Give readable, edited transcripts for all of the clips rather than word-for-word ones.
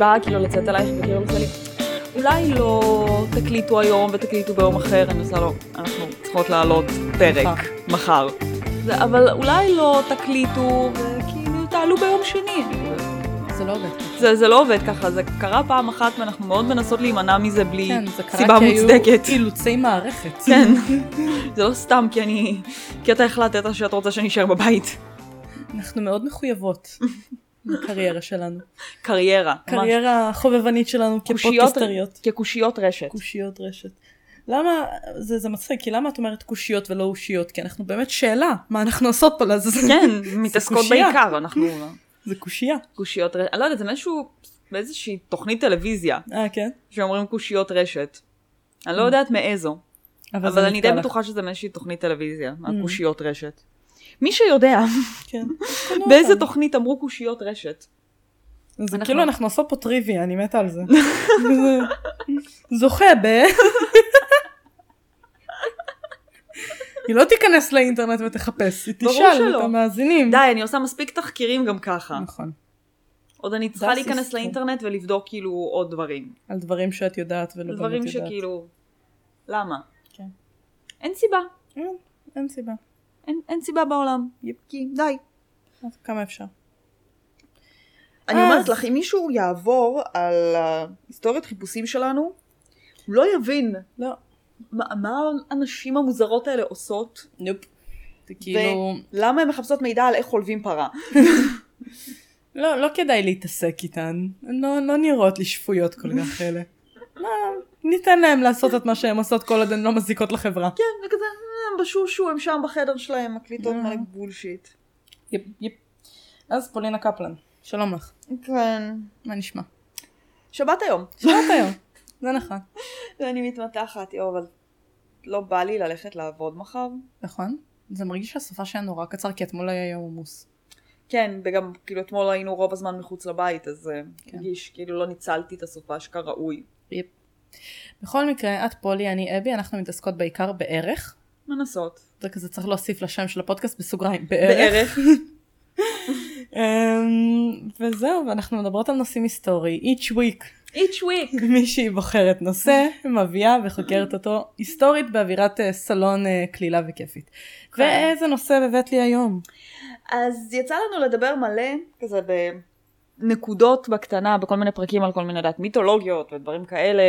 באה כאילו לצאת עלייך וכאילו עושה לי, אולי לא תקליטו היום ותקליטו ביום אחר, אני עושה לו, אנחנו צריכות לעלות פרק מחר. אבל אולי לא תקליטו וכאילו תעלו ביום שני. זה לא עובד. זה לא עובד ככה, זה קרה פעם אחת ואנחנו מאוד מנסות להימנע מזה בלי סיבה כי מוצדקת. היו אילוצי מערכת. כן, זה לא סתם כי אתה החלטת שאת רוצה שנשאר בבית. אנחנו מאוד מחויבות לקריירה שלנו. קריירה. קריירה חובבנית שלנו כפודקסטריות. כקושיות רשת. קושיות רשת. למה, זה מצחיק, כי למה את אומרת קושיות ולא אושיות? כי אנחנו באמת שאלה, מה אנחנו עושות פה לזה? כן, מתעסקות בעיקר, אנחנו... זה קושייה. קושיות רשת. אני לא יודעת, זה משהו, באיזושהי תוכנית טלוויזיה. כן? שאומרים קושיות רשת. אני לא יודעת מאיזו. אבל אני די בטוחה שזה מאיזושהי תוכנית טלוויזיה, הקושיות רשת. מי שיודע, באיזה תוכנית אמרו קושיות רשת? זה כאילו אנחנו עושות פה טריוויה, אני מתה על זה. זוכה היא לא תיכנס לאינטרנט ותחפש, היא תשאל את המאזינים. די, אני עושה מספיק תחקירים גם ככה. נכון. עוד אני צריכה להיכנס לאינטרנט ולבדוק כאילו עוד דברים. על דברים שאת יודעת ולא באמת יודעת. דברים שכאילו, למה? כן. אין סיבה. אין סיבה. אין סיבה בעולם. כי די. אז כמה אפשר. אני אומרת לך, אם מישהו יעבור על היסטוריית חיפושים שלנו, הוא לא יבין. לא. מה האנשים המוזרות האלה עושות? נופ. זה כאילו... ולמה הן מחפשות מידע על איך חולבים פרה? לא כדאי להתעסק איתן. לא נראות לי שפויות כל כך אלה. ניתן להם לעשות את מה שהן עושות כל עוד הן לא מזיקות לחברה. כן, וכזה, הם בשושו, הם שם בחדר שלהם, מקליטות מלא בולשיט. יפ. אז פולינה קפלן, שלום לך. כן. מה נשמע? שבת היום. זה נכון. ואני מתמתחת, אבל לא בא לי ללכת לעבוד מחר. נכון. זה מרגיש שהסופה שהיה נורא קצר, כי אתמול היה יום עמוס. כן, וגם כאילו אתמול היינו רוב הזמן מחוץ לבית, אז הרגיש, כאילו לא ניצלתי את הסופה שכראוי. יפ. בכל מקרה, את פולי, אני אבי, אנחנו מתעסקות בעיקר בערך. מנסות. זה כזה צריך להוסיף לשם של הפודקאסט בסוגריים, בערך. וזהו, ואנחנו מדברות על נושאים היסטורי. Each week. מישהי בוחרת נושא, מביאה וחוקרת אותו היסטורית באווירת סלון כלילה וכיפית. ואיזה נושא בבית לי היום? אז יצא לנו לדבר מלא, כזה בנקודות בקטנה, בכל מיני פרקים על כל מיני מיתולוגיות ודברים כאלה.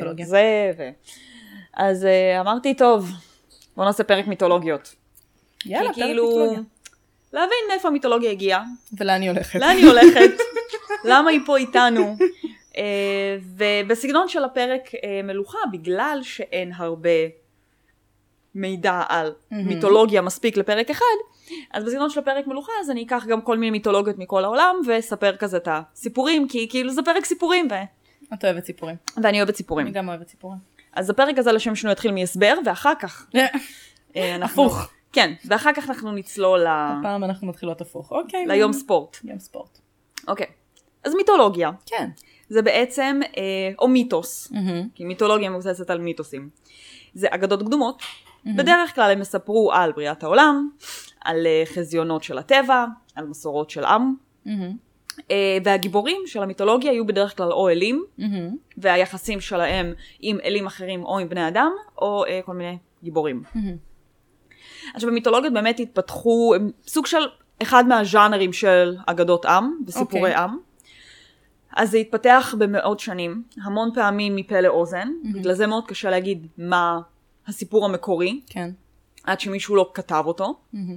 אז אמרתי, טוב, בוא נעשה פרק מיתולוגיות. יאללה, פרק מיתולוגיה. להבין מאיפה המיתולוגיה הגיעה. ולאן היא הולכת. למה היא פה איתנו. ובסגנון של הפרק מלוכה, בגלל שאין הרבה מידע על מיתולוגיה מספיק לפרק אחד, אז בסגנון של הפרק מלוכה, אז אני אקח גם כל מיני מיתולוגיות מכל העולם, וספר כזה את הסיפורים, כי כאילו זה פרק סיפורים. את אוהבת סיפורים. ואני אוהבת סיפורים. אני גם אוהבת סיפורים. אז הפרק הזה לשם שנו יתחיל מהסבר, ואחר כך... הפוך. כן, ואחר כך אנחנו נצלול הפעם אנחנו מתחילות הפוך. אוקיי. ליום ספורט. יום ספורט. אוקיי. אז מיתולוגיה. כן. זה בעצם, או מיתוס. כי מיתולוגיה מבוססת על מיתוסים. זה אגדות קדומות. בדרך כלל הם מספרו על בריאת העולם, על חזיונות של הטבע, על מסורות של עם. והגיבורים של המיתולוגיה היו בדרך כלל או אלים, והיחסים שלהם עם אלים אחרים או עם בני אדם, או כל מיני גיבורים. עכשיו במיתולוגיות באמת התפתחו, סוג של אחד מהז'אנרים של אגדות עם וסיפורי עם. אז זה התפתח במאות שנים, המון פעמים מפה לאוזן, בגלל זה מאוד קשה להגיד מה הסיפור המקורי, כן. עד שמישהו לא כתב אותו.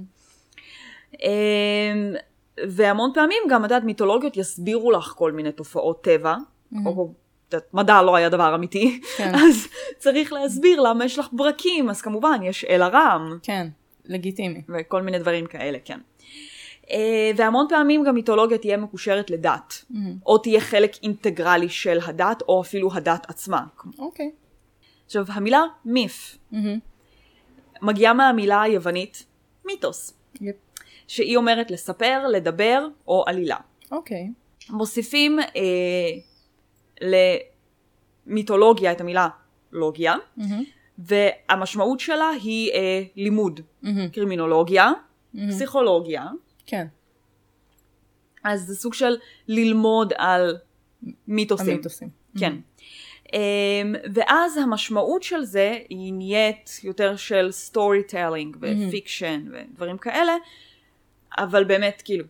והמון פעמים גם, יודעת, מיתולוגיות יסבירו לך כל מיני תופעות טבע, או מדע לא היה דבר אמיתי, אז צריך להסביר למה יש לך ברקים, אז כמובן יש אל הרם. כן, לגיטימי. וכל מיני דברים כאלה, כן. והמון פעמים גם מיתולוגיה תהיה מקושרת לדת, או תהיה חלק אינטגרלי של הדת, או אפילו הדת עצמה. אוקיי. עכשיו, המילה מיף מגיעה מהמילה היוונית מיתוס, שהיא אומרת לספר, לדבר או עלילה. אוקיי. מוסיפים למיתולוגיה את המילה לוגיה, והמשמעות שלה היא לימוד, קרימינולוגיה, פסיכולוגיה. כן. אז זה סוג של ללמוד על מיתוסים. המיתוסים. כן. ואז המשמעות של זה היא נהיית יותר של סטורי טיילינג ופיקשן ודברים כאלה, אבל באמת כאילו,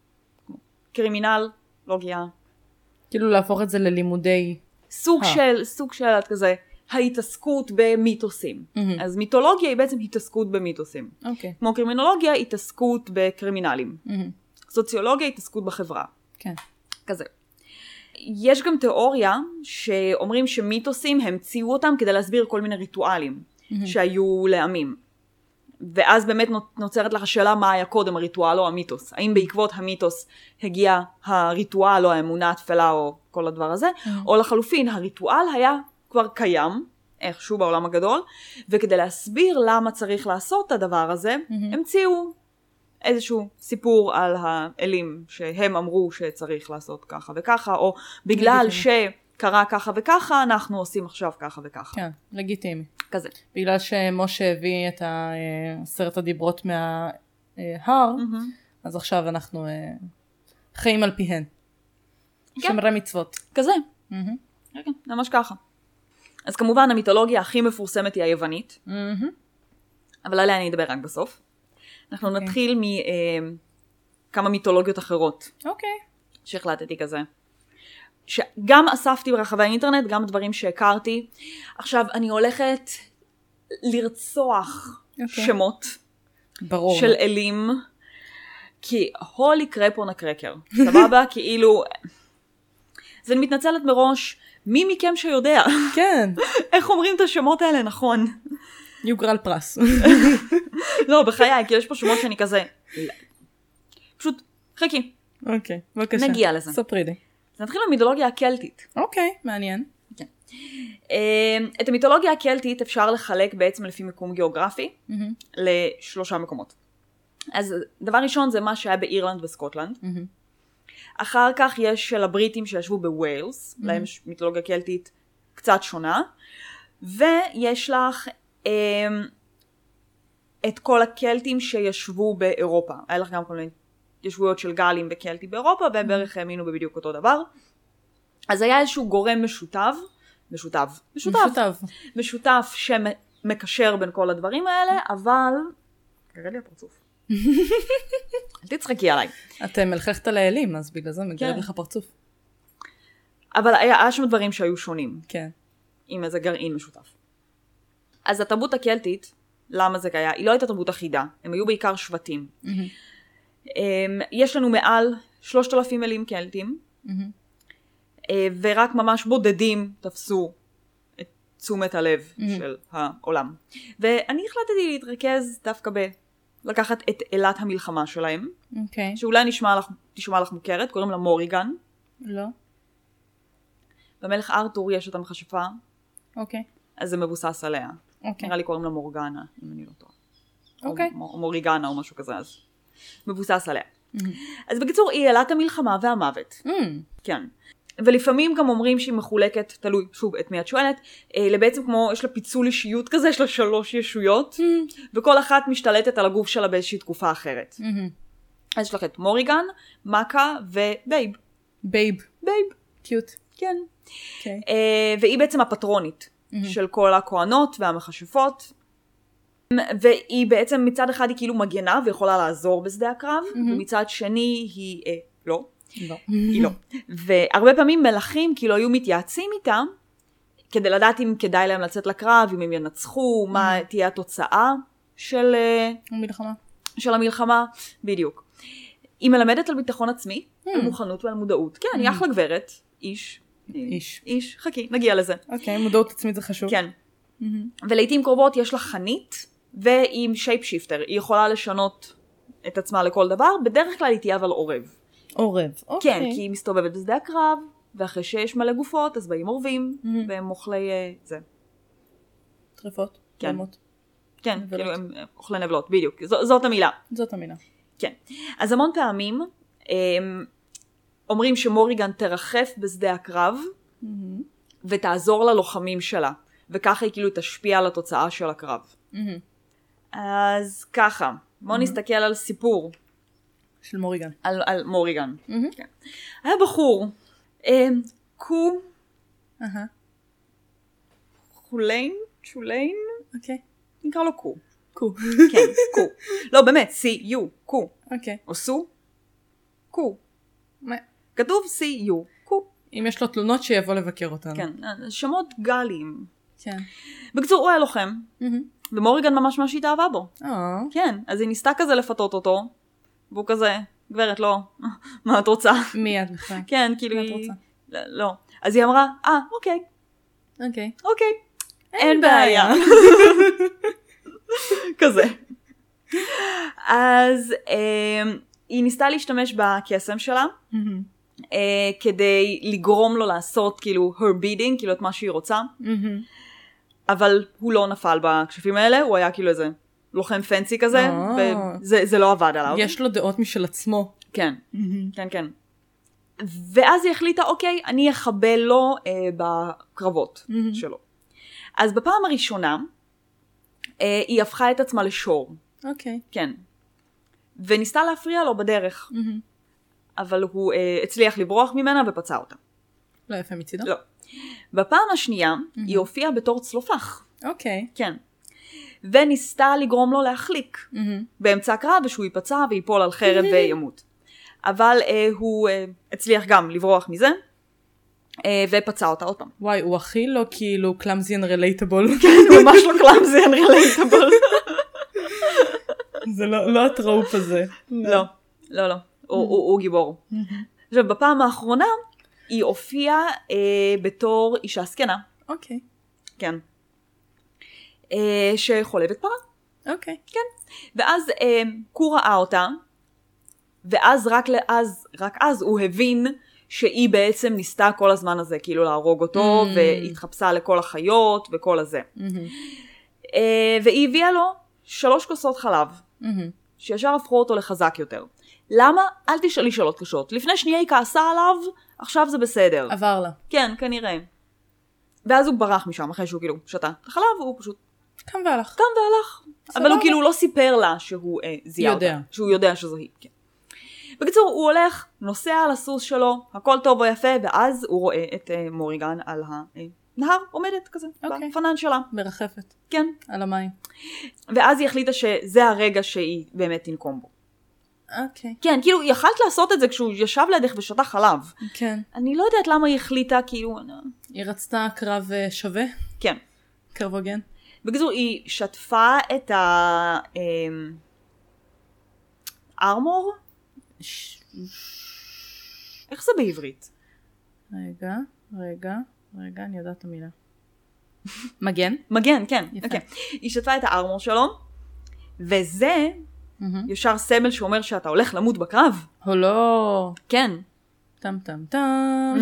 קרימינולוגיה. כאילו להפוך את זה ללימודי... סוג של כזה, ההתעסקות במיתוסים. אז מיתולוגיה היא בעצם התעסקות במיתוסים. כמו קרימינולוגיה, התעסקות בקרימינלים. סוציולוגיה, התעסקות בחברה. כן. כזה. יש גם תיאוריה שאומרים שמיתוסים המציאו אותם כדי להסביר כל מיני ריטואלים שהיו לעמים. ואז באמת נוצרת לך השאלה מה היה קודם, הריטואל או המיתוס. האם בעקבות המיתוס הגיע הריטואל או האמונה התפלה או כל הדבר הזה, או לחלופין, הריטואל היה כבר קיים, איכשהו בעולם הגדול, וכדי להסביר למה צריך לעשות את הדבר הזה, המציאו איזשהו סיפור על האלים שהם אמרו שצריך לעשות ככה וככה, או בגלל שקרה ככה וככה, אנחנו עושים עכשיו ככה וככה. כן, לגיטימי. כזה. בגלל שמשה הביא את 10 הדיברות מההר, אז עכשיו אנחנו חיים על פיהן. שומרי מצוות. כזה. כן, ממש ככה. אז כמובן המיתולוגיה הכי מפורסמת היא היוונית, אבל עליה אני אדבר רק בסוף. אנחנו נתחיל מכמה מיתולוגיות אחרות. אוקיי. שהחלטתי כזה. שגם אספתי ברחבי האינטרנט, גם דברים שהכרתי. עכשיו, אני הולכת לרצוח שמות ברור. של אלים, כי הולי קרפון הקרקר. סבבה? כאילו, אז אני מתנצלת מראש, מי מכם שיודע? כן. איך אומרים את השמות האלה נכון? יוגרל פרס. לא, בחיי, כי יש פה שמות שאני כזה... פשוט, חכי. אוקיי, בבקשה. נגיע לזה. ספרי לי. אז נתחיל במיתולוגיה הקלטית. אוקיי, מעניין. כן. את המיתולוגיה הקלטית אפשר לחלק בעצם לפי מיקום גיאוגרפי, ל3 מקומות. אז דבר ראשון זה מה שהיה באירלנד וסקוטלנד. אחר כך יש של הבריטים שישבו בווילס, להם יש מיתולוגיה קלטית קצת שונה, ויש לך את כל הקלטים שישבו באירופה. היה לך גם כל מיני ישבויות של גלים וקלטי באירופה, והם בערך האמינו בבדיוק אותו דבר. אז היה איזשהו גורם משותף שמקשר בין כל הדברים האלה, אבל... קרא לי הפרצוף. אל תצחקי עליי. את מלכלכת על האלים, אז בגלל זה מגרד לך פרצוף. אבל היה שם דברים שהיו שונים. כן. עם איזה גרעין משותף. אז התרבות הקלטית, למה זה היה? היא לא הייתה תרבות אחידה. הם היו בעיקר שבטים. יש לנו מעל 3,000 אלים קלטים, ורק ממש בודדים תפסו את תשומת הלב של העולם. ואני החלטתי להתרכז דווקא לקחת את אלת המלחמה שלהם, שאולי תשמע לך מוכרת, קוראים לה מוריגן. לא. במלך ארתור יש את המכשפה, אז זה מבוסס עליה. נראה לי קוראים לה מורגנה, אם אני לא טועה. או מוריגנה או משהו כזה, אז מבוסס עליה. אז בקיצור, היא אלת המלחמה והמוות. כן. ולפעמים גם אומרים שהיא מחולקת, תלוי, שוב, את מי את שואלת, לבעצם כמו, יש לה פיצול אישיות כזה, יש לה 3 ישויות, וכל אחת משתלטת על הגוף שלה באיזושהי תקופה אחרת. אז יש לך את מוריגן, מקה ובייב. בייב. קיוט. כן. והיא בעצם הפטרונית של כל הכהנות והמכשפות, והיא בעצם מצד אחד היא כאילו מגנה ויכולה לעזור בשדה הקרב, ומצד שני היא לא. היא לא. והרבה פעמים מלכים כאילו היו מתייעצים איתם, כדי לדעת אם כדאי להם לצאת לקרב, אם הם ינצחו, מה תהיה התוצאה של המלחמה. בדיוק. היא מלמדת על ביטחון עצמי, על מוכנות ועל מודעות. כן, היא אחלה גברת, איש, חכי, נגיע לזה. אוקיי, מודעות עצמית זה חשוב. כן. ולעיתים קרובות יש לה חנית, ועם שייפ שיפטר, היא יכולה לשנות את עצמה לכל דבר, בדרך כלל היא תהיה אבל עורב. עורב, אוקיי. כן, כי היא מסתובבת בשדה הקרב, ואחרי שיש מלא גופות, אז באים עורבים, והם אוכלי זה. טרפות? כן. כן, כאילו הם אוכלי נבלות, בדיוק. זאת המילה. זאת המילה. כן. אז המון פעמים, אומרים שמוריגן תרחף בשדה הקרב, ותעזור ללוחמים שלה, וככה היא כאילו תשפיע על התוצאה של הקרב. אז ככה, בואו נסתכל על סיפור. של מוריגן. על מוריגן. כן. היה בחור, קו. חוליין? שוליין? אוקיי. נקרא לו קו. קו. כן, קו. לא, באמת, C-U, קו. אוקיי. או סו? קו. מה? כתוב C-U, קו. אם יש לו תלונות שיבוא לבקר אותנו. כן, שמות גליים. כן. בקצור, הוא היה לוחם. ומוריגן ממש ממש התאהבה בו. כן, אז היא ניסתה כזה לפתות אותו. והוא כזה, גברת, לא. מה את רוצה? מיד בכלל. כן, כאילו מה את היא... רוצה? לא. אז היא אמרה, אוקיי. אוקיי. אוקיי. אין בעיה. כזה. אז היא ניסתה להשתמש בקסם שלה, כדי לגרום לו לעשות כאילו her bidding, כאילו את מה שהיא רוצה, אבל הוא לא נפל בכשפים האלה, הוא היה כאילו איזה לוחם פנסי כזה, וזה לא עבד עליו. יש לו דעות משל עצמו. כן, כן, כן. ואז היא החליטה, אוקיי, אני אחבל לו בקרבות שלו. אז בפעם הראשונה, היא הפכה את עצמה לשור. אוקיי. כן. וניסתה להפריע לו בדרך. אבל הוא הצליח לברוח ממנה ופצע אותה. לא יפה מצידו? לא. בפעם השנייה, היא הופיעה בתור צלופח. אוקיי. כן. וניסתה לגרום לו להחליק. באמצע הקרב, ושהוא ייפצע ויפול על חרב וימות. אבל הוא הצליח גם לברוח מזה. ופצע אותה עוד פעם. וואי, הוא הכי לא כאילו clumsy and relatable. כן, הוא ממש לא clumsy and relatable. זה לא הטרופ הזה. לא, לא, לא. הוא גיבור. עכשיו, בפעם האחרונה, היא הופיעה בתור אישה זקנה. אוקיי. כן. שחולבת פרה. אוקיי. כן. ואז הוא ראה אותה, ואז רק אז הוא הבין שהיא בעצם ניסתה כל הזמן הזה, כאילו להרוג אותו, והתחפשה לכל החיות וכל הזה. והיא הביאה לו 3 כוסות חלב, שישר הפכו אותו לחזק יותר. למה? אל תשאלי שאלות קשות. לפני שנייה היא כעסה עליו, עכשיו זה בסדר. עבר לה. כן, כנראה. ואז הוא ברח משם, אחרי שהוא כאילו שתה את החלב, והוא פשוט... קם והלך. אבל הוא כאילו לא סיפר לה שהוא זיהה אותה. שהוא יודע שזו היא. כן. בקיצור, הוא הולך, נוסע על הסוס שלו, הכל טוב ויפה, ואז הוא רואה את מוריגן על הנהר, עומדת כזה, בפנן שלה. מרחפת. כן. על המים. ואז היא החליטה שזה הרגע שהיא באמת תנקום בו. אוקיי. כן, כאילו, היא יכלת לעשות את זה כשהוא ישב לידך ושתה חלב. כן. אני לא יודעת למה היא החליטה, כאילו... היא רצתה קרב שווה? כן. קרב הוגן? בקיצור, היא שטפה את הארמור? איך זה בעברית? רגע, אני יודעת את המילה. מגן? מגן, כן. יפה. Okay. היא שטפה את הארמור שלו, וזה ישר סמל שאומר שאתה הולך למות בקרב. או לא. כן. טם טם טם.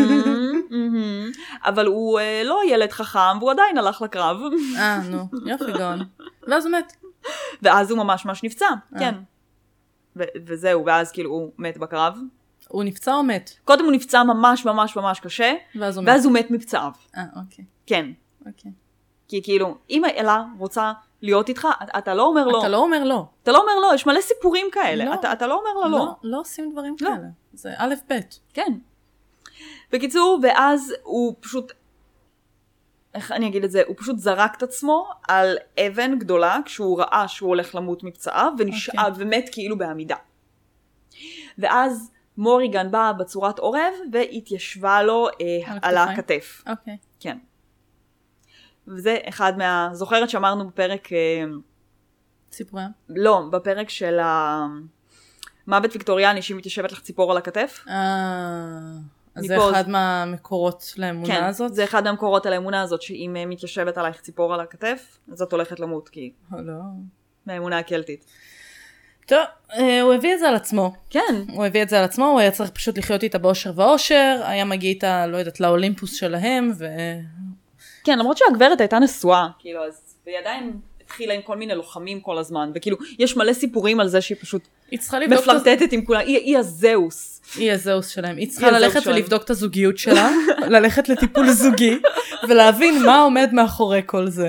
אבל הוא לא ילד חכם, והוא עדיין הלך לקרב. נו, יופי גאון. ואז הוא מת. ואז הוא ממש נפצע, כן. וזהו, ואז כאילו הוא מת בקרב. הוא נפצע או מת? קודם הוא נפצע ממש ממש ממש קשה, ואז הוא מת מפצעיו. אוקיי. כן. אוקיי. כי כאילו, אם אלה רוצה להיות איתך, אתה לא אומר לא. אתה לא אומר לא. אתה לא אומר לא, יש מלא סיפורים כאלה. אתה לא אומר לו לא. לא עושים דברים כאלה. זה א' ב'. כן. בקיצור, ואז הוא פשוט, איך אני אגיד את זה? הוא פשוט זרק את עצמו על אבן גדולה, כשהוא ראה שהוא הולך למות מפצעיו, ונשאר ומת כאילו בעמידה. ואז מוריגן באה בצורת עורב, והתיישבה לו על הכתף. אוקיי. כן. וזה אחד זוכרת שאמרנו בפרק... סיפוריה? לא, בפרק של המוות ויקטוריאני, שהיא מתיישבת לך ציפור על הכתף. אז זה אחד מהמקורות לאמונה הזאת? כן, זה אחד מהמקורות על האמונה הזאת, שאם מתיישבת עלייך ציפור על הכתף, אז את הולכת למות, כי... לא. מהאמונה הקלטית. טוב, הוא הביא את זה על עצמו. כן. הוא הביא את זה על עצמו, הוא היה צריך פשוט לחיות איתה באושר ואושר, היה מגיע איתה, לא יודעת, לאולימפוס שלהם, כן, למרות שהגברת הייתה נשואה, כאילו, אז היא עדיין התחילה עם כל מיני לוחמים כל הזמן, וכאילו, יש מלא סיפורים על זה שהיא פשוט מפלרטטת עם כולם, היא הזהוס. היא הזהוס שלהם. היא צריכה ללכת ולבדוק את הזוגיות שלה, ללכת לטיפול זוגי, ולהבין מה עומד מאחורי כל זה.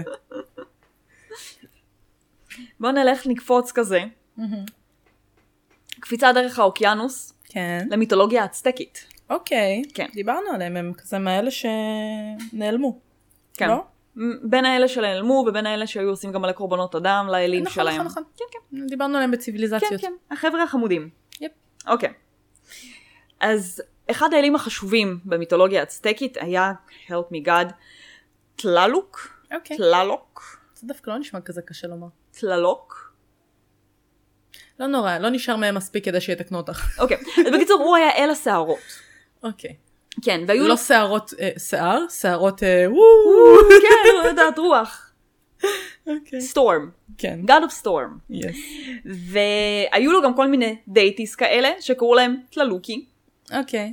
בואו נלך נקפוץ כזה. קפיצה דרך האוקיינוס, כן. למיתולוגיה האצטקית. אוקיי, כן. דיברנו עליהם, הם כזה מהאלה שנעלמו. כן. לא? בין האלה שנעלמו ובין האלה שהיו עושים גם מלא קורבנות אדם לאלים שלהם. נכון. כן, כן. דיברנו עליהם בציביליזציות. כן, כן. החבר'ה החמודים. יפ. אוקיי. אז אחד האלים החשובים במיתולוגיה האצטקית היה, help me God, טללוק. אוקיי. טללוק. זה דווקא לא נשמע כזה קשה לומר. טללוק. לא נורא, לא נשאר מהם מספיק כדי שיתקנו אותך. אוקיי. אז בקיצור, הוא היה אל השערות. אוקיי. כן, והיו לא שערות שיער, שערות כן, לא יודעת, רוח. אוקיי. Storm. כן. God of Storm. Yes. והיו לו גם כל מיני דייטיס כאלה שקראו להם טללוקי. אוקיי.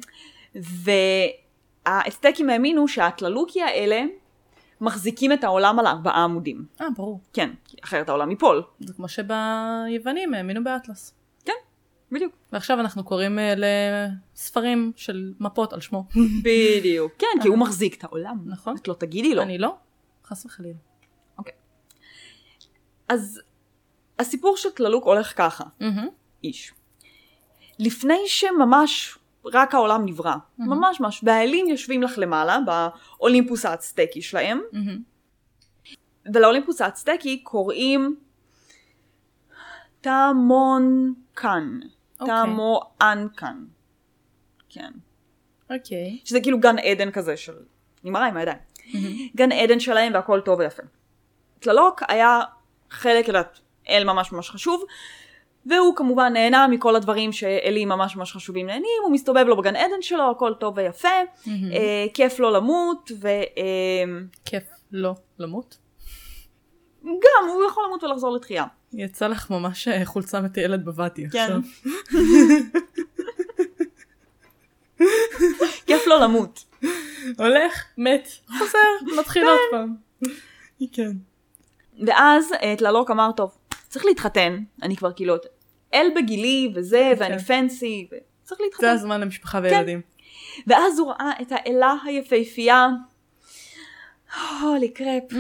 והאצטקים האמינו שהטללוקי האלה מחזיקים את העולם על 4 עמודים. ברור. כן, אחרת העולם ייפול. זה כמו שביוונים האמינו באטלס. כן, בדיוק. ועכשיו אנחנו קוראים לספרים של מפות על שמו. בדיוק. כן, כי הוא מחזיק את העולם. נכון. את לא תגידי לו. אני לא? חס וחלילה. אוקיי. אז הסיפור של טללוק הולך ככה. איש. לפני שממש רק העולם נברא. ממש. והאלים יושבים לך למעלה באולימפוס האצטקי שלהם. ולאולימפוס האצטקי קוראים תמונקן. תמואנקן. כן. אוקיי. שזה כאילו גן עדן כזה של... נמרה עם הידיים. גן עדן שלהם והכל טוב ויפה. טללוק היה חלק, יודעת, אל ממש ממש חשוב, והוא כמובן נהנה מכל הדברים שאלים ממש ממש חשובים נהנים, הוא מסתובב לו בגן עדן שלו, הכל טוב ויפה, כיף לו למות, כיף לא למות? גם, הוא יכול למות ולחזור לתחייה. יצא לך ממש חולצה מטיילת בבתי עכשיו. כיף לו למות. הולך, מת, חוזר, מתחיל עוד פעם. כן. ואז טללוק אמר, טוב, צריך להתחתן, אני כבר כאילו אל בגילי וזה, ואני פנסי, וצריך להתחתן. זה הזמן למשפחה וילדים. ואז הוא ראה את האלה היפהפייה, הולי קרפ,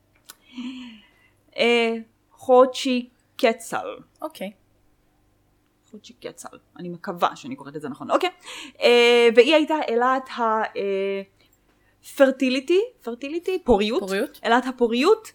חודשי קצל. אוקיי. חודשי קצל, אני מקווה שאני קוראת את זה נכון. אוקיי. והיא הייתה אלת פרטיליטי, פוריות. אלת הפוריות,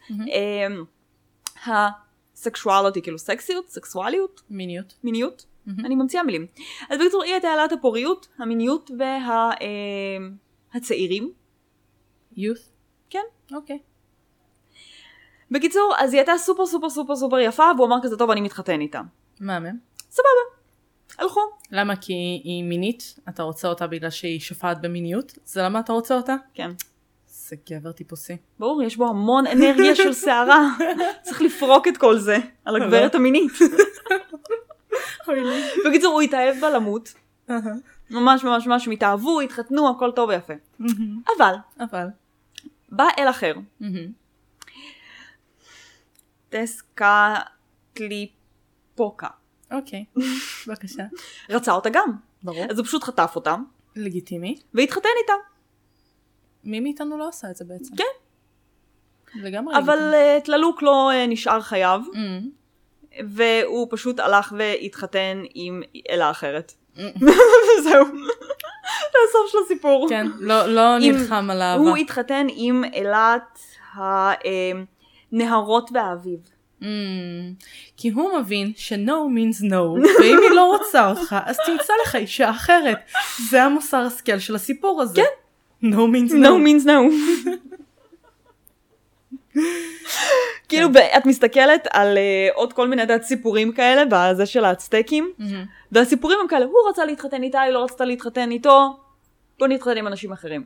הסקשואליטי, כאילו סקסואליות. מיניות. אני ממציאה מילים. אז בקיצור, היא הייתה אלת הפוריות, המיניות והצעירים. youth? כן. אוקיי. בקיצור, אז היא הייתה סופר סופר סופר סופר יפה, והוא אמר כזה, טוב, אני מתחתן איתה. מה מהם? סבבה. הלכו. למה? כי היא מינית? אתה רוצה אותה בגלל שהיא שופעת במיניות? זה למה אתה רוצה אותה? כן. זה גבר טיפוסי. ברור, יש בו המון אנרגיה של שערה. צריך לפרוק את כל זה על הגברת המינית. בקיצור, הוא התאהב בה למות. ממש ממש ממש מתאהבו, התחתנו, הכל טוב ויפה. אבל, בא אל אחר. טסקטליפוקה. אוקיי, בבקשה. רצה אותה גם. ברור. אז הוא פשוט חטף אותה. לגיטימי. והתחתן איתה. מי מאיתנו לא עשה את זה בעצם? כן. לגמרי לגיטימי. אבל טללוק לא נשאר חייו. והוא פשוט הלך והתחתן עם אלה אחרת. זהו. זה הסוף של הסיפור. כן, לא נלחם על אהבה. הוא התחתן עם אלת הנהרות והאביב. כי הוא מבין ש-no means no, ואם היא לא רוצה אותך, אז תמצא לך אישה אחרת. זה המוסר השכל של הסיפור הזה. כן. no means no. no means no. כאילו את מסתכלת על עוד כל מיני סיפורים כאלה בזה של האצטקים, והסיפורים הם כאלה, הוא רצה להתחתן איתה, היא לא רצתה להתחתן איתו, בוא נתחתן עם אנשים אחרים.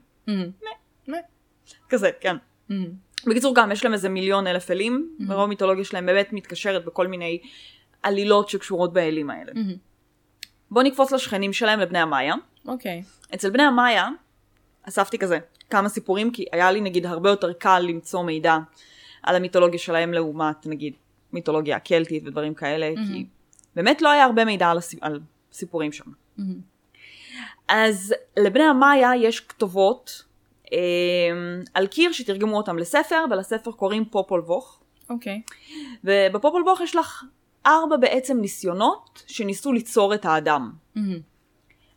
כזה, כן. בקיצור גם יש להם איזה 1,000,000 אלים, ברוב המיתולוגיה שלהם באמת מתקשרת בכל מיני עלילות שקשורות באלים האלה. בוא נקפוץ לשכנים שלהם, לבני המאיה. אוקיי. אצל בני המאיה, אספתי כזה כמה סיפורים, כי היה לי נגיד הרבה יותר קל למצוא מידע על המיתולוגיה שלהם לעומת נגיד מיתולוגיה קלטית ודברים כאלה, כי באמת לא היה הרבה מידע על סיפורים שם. אז לבני המאיה יש כתובות על קיר שתרגמו אותם לספר, ולספר קוראים פופול ווך. אוקיי. ובפופול ווך יש לך 4 בעצם ניסיונות שניסו ליצור את האדם.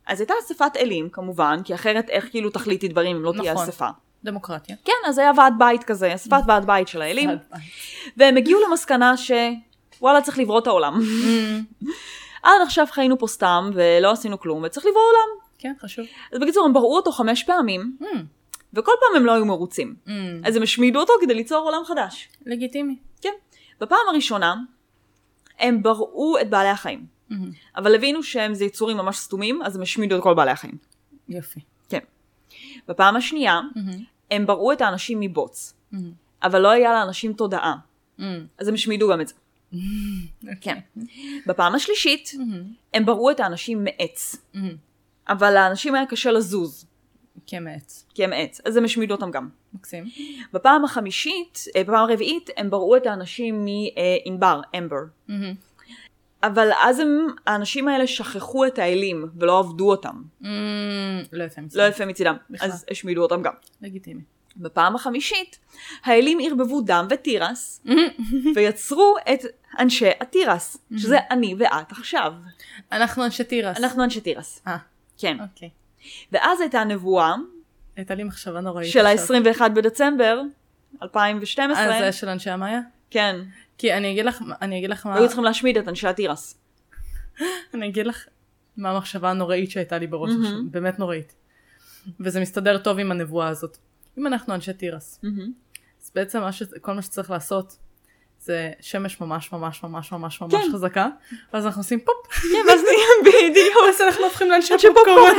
אז הייתה אספת אלים, כמובן, כי אחרת איך כאילו תחליטי דברים אם לא תהיה אספה. דמוקרטיה. כן, אז היה ועד בית כזה, אספת ועד בית של האלים, והם הגיעו למסקנה שוואלה צריך לברוא את העולם. עד עכשיו חיינו פה סתם ולא עשינו כלום, וצריך לברוא עולם. כן, חשוב. אז בקיצור, הם בראו אותו 5 פעמים, וכל פעם הם לא היו מרוצים. אז הם השמידו אותו כדי ליצור עולם חדש. לגיטימי. כן. בפעם הראשונה, הם בראו את בעלי החיים. אבל הבינו שהם זה יצורים ממש סתומים, אז הם השמידו את כל בעלי החיים. יופי. כן. בפעם השנייה, הם בראו את האנשים מבוץ. אבל לא היה לאנשים תודעה. אז הם השמידו גם את זה. כן. בפעם השלישית, הם בראו את האנשים מעץ. אבל לאנשים היה קשה לזוז. כמעץ. כי הם עץ. אז הם השמידו אותם גם. מקסים. בפעם הרביעית, הם בראו את האנשים מאינבר, אמבר. אבל אז האנשים האלה שכחו את האלים ולא עבדו אותם. לא יפה מצידם. אז השמידו אותם גם. לגיטימי. בפעם החמישית, האלים ערבבו דם וטירס, ויצרו את אנשי הטירס, שזה אני ואת עכשיו. אנחנו אנשי טירס. אנחנו אנשי טירס. כן. אוקיי. ואז הייתה הנבואה, הייתה לי מחשבה נוראית. של ה-21 בדצמבר, 2012. זה של אנשי המאיה? כן. כי אני אגיד לך מה... היו צריכים להשמיד את אנשי הטירס. אני אגיד לך מה המחשבה הנוראית שהייתה לי בראש, באמת נוראית. וזה מסתדר טוב עם הנבואה הזאת. אם אנחנו אנשי טירס, אז בעצם כל מה שצריך לעשות, זה שמש ממש ממש ממש ממש ממש חזקה, ואז אנחנו עושים פופ. כן, ואז נהיה בדיוק. ואז אנחנו הופכים לאנשי פופקורן.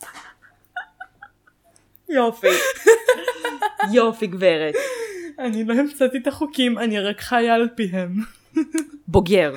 יופי. יופי גברת. אני לא המצאתי את החוקים, אני רק חיה על פיהם. בוגר.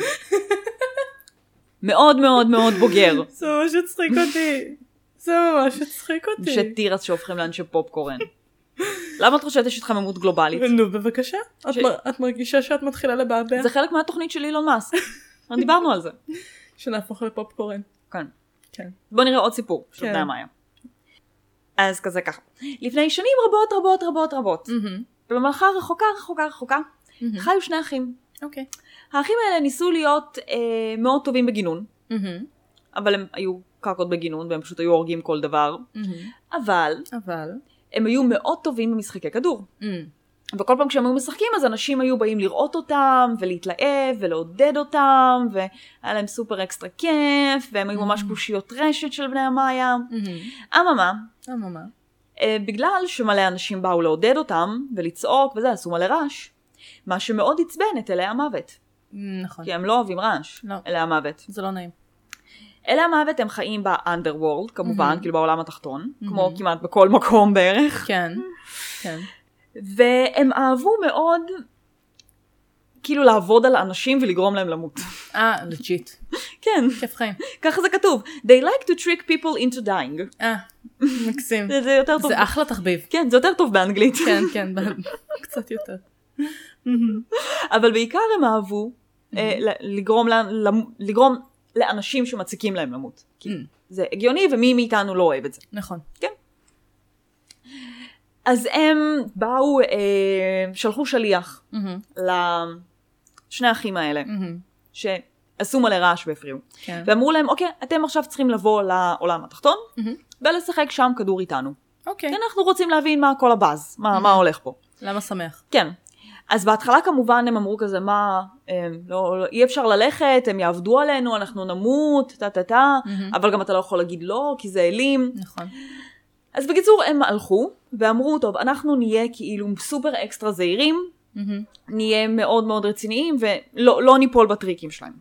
מאוד מאוד מאוד בוגר. זה ממש הצחיק אותי. זה ממש הצחיק אותי. אנשי טירס שהופכים לאנשי פופקורן. למה את חושבת שיש התחממות גלובלית? נו, בבקשה. את מרגישה שאת מתחילה לבעבע? זה חלק מהתוכנית של אילון מאסק. דיברנו על זה. שנהפוך לפופקורן. כן. כן. בוא נראה עוד סיפור של בני המאיה. אז כזה ככה. לפני שנים רבות רבות רבות רבות, בממלכה רחוקה, חיו 2 אחים. אוקיי. האחים האלה ניסו להיות מאוד טובים בגינון, אבל הם היו קרקות בגינון, והם פשוט היו הורגים כל דבר. אבל הם היו מאוד טובים במשחקי כדור. וכל פעם כשהם היו משחקים, אז אנשים היו באים לראות אותם, ולהתלהב, ולעודד אותם, והיה להם סופר אקסטרה כיף, והם היו ממש קושיות רשת של בני המאיה. אממה, בגלל שמלא אנשים באו לעודד אותם, ולצעוק וזה, עשו מלא רעש, מה שמאוד עצבן את אלי המוות. נכון. כי הם לא אוהבים רעש, לא. אלי המוות. זה לא נעים. אלי המוות הם חיים באנדרוורלד, כמובן, כאילו בעולם התחתון, כמו כמעט בכל מקום בערך. כן, כן. והם אהבו מאוד, כאילו לעבוד על אנשים ולגרום להם למות. לג'יט. כן. כיף חיים. ככה זה כתוב. They like to trick people into dying. מקסים. זה יותר טוב. זה אחלה תחביב. כן, זה יותר טוב באנגלית. כן, כן, קצת יותר. אבל בעיקר הם אהבו לגרום לאנשים שמציקים להם למות. זה הגיוני, ומי מאיתנו לא אוהב את זה. נכון. כן. אז הם באו, שלחו שליח לשני האחים האלה, שעשו מלא רעש והפריעו. ואמרו להם, אוקיי, אתם עכשיו צריכים לבוא לעולם התחתון, ולשחק שם כדור איתנו. אוקיי. אנחנו רוצים להבין מה כל הבאז, מה הולך פה. למה שמח? כן. אז בהתחלה כמובן הם אמרו כזה, אי אפשר ללכת, הם יעבדו עלינו, אנחנו נמות, אבל גם אתה לא יכול להגיד לא, כי זה אלים. נכון. אז בקיצור הם הלכו ואמרו, טוב, אנחנו נהיה כאילו סופר אקסטרה זהירים, נהיה מאוד מאוד רציניים ולא ניפול בטריקים שלהם.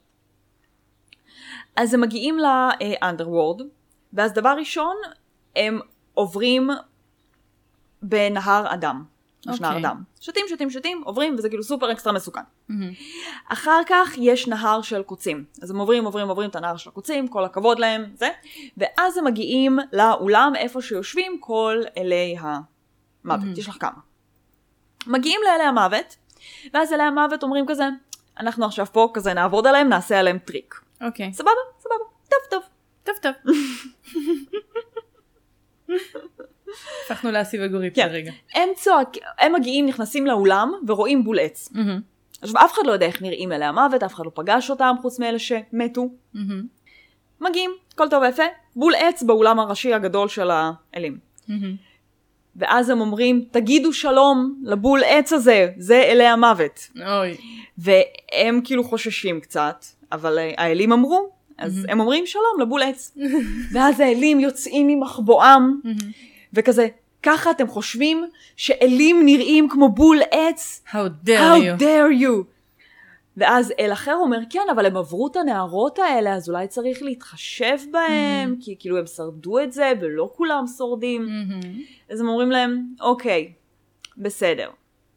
אז הם מגיעים לאנדרוורלד, ואז דבר ראשון הם עוברים בנהר אדם. יש נהר דם. שתים, עוברים, וזה כאילו סופר אקסטרה מסוכן. אחר כך יש נהר של קוצים. אז הם עוברים את הנהר של הקוצים, כל הכבוד להם, זה. ואז הם מגיעים לאולם איפה שיושבים כל אלי המוות. יש לך כמה. מגיעים לאלי המוות, ואז אלי המוות אומרים כזה, אנחנו עכשיו פה כזה נעבוד עליהם, נעשה עליהם טריק. אוקיי. סבבה? טוב. הפכנו להסיב אגורית לרגע. הם מגיעים, נכנסים לאולם ורואים בול עץ. עכשיו אף אחד לא יודע איך נראים אלי המוות, אף אחד לא פגש אותם חוץ מאלה שמתו. מגיעים, כל טוב ויפה, בול עץ באולם הראשי הגדול של האלים. ואז הם אומרים, תגידו שלום לבול עץ הזה, זה אלי המוות. אוי. והם כאילו חוששים קצת, אבל האלים אמרו, אז הם אומרים שלום לבול עץ. ואז האלים יוצאים ממחבואם, וכזה, ככה אתם חושבים שאלים נראים כמו בול עץ? How dare you. ואז אל אחר אומר, כן, אבל הם עברו את הנערות האלה, אז אולי צריך להתחשב בהם, כי כאילו הם שרדו את זה, ולא כולם שורדים. אז הם אומרים להם, אוקיי, בסדר.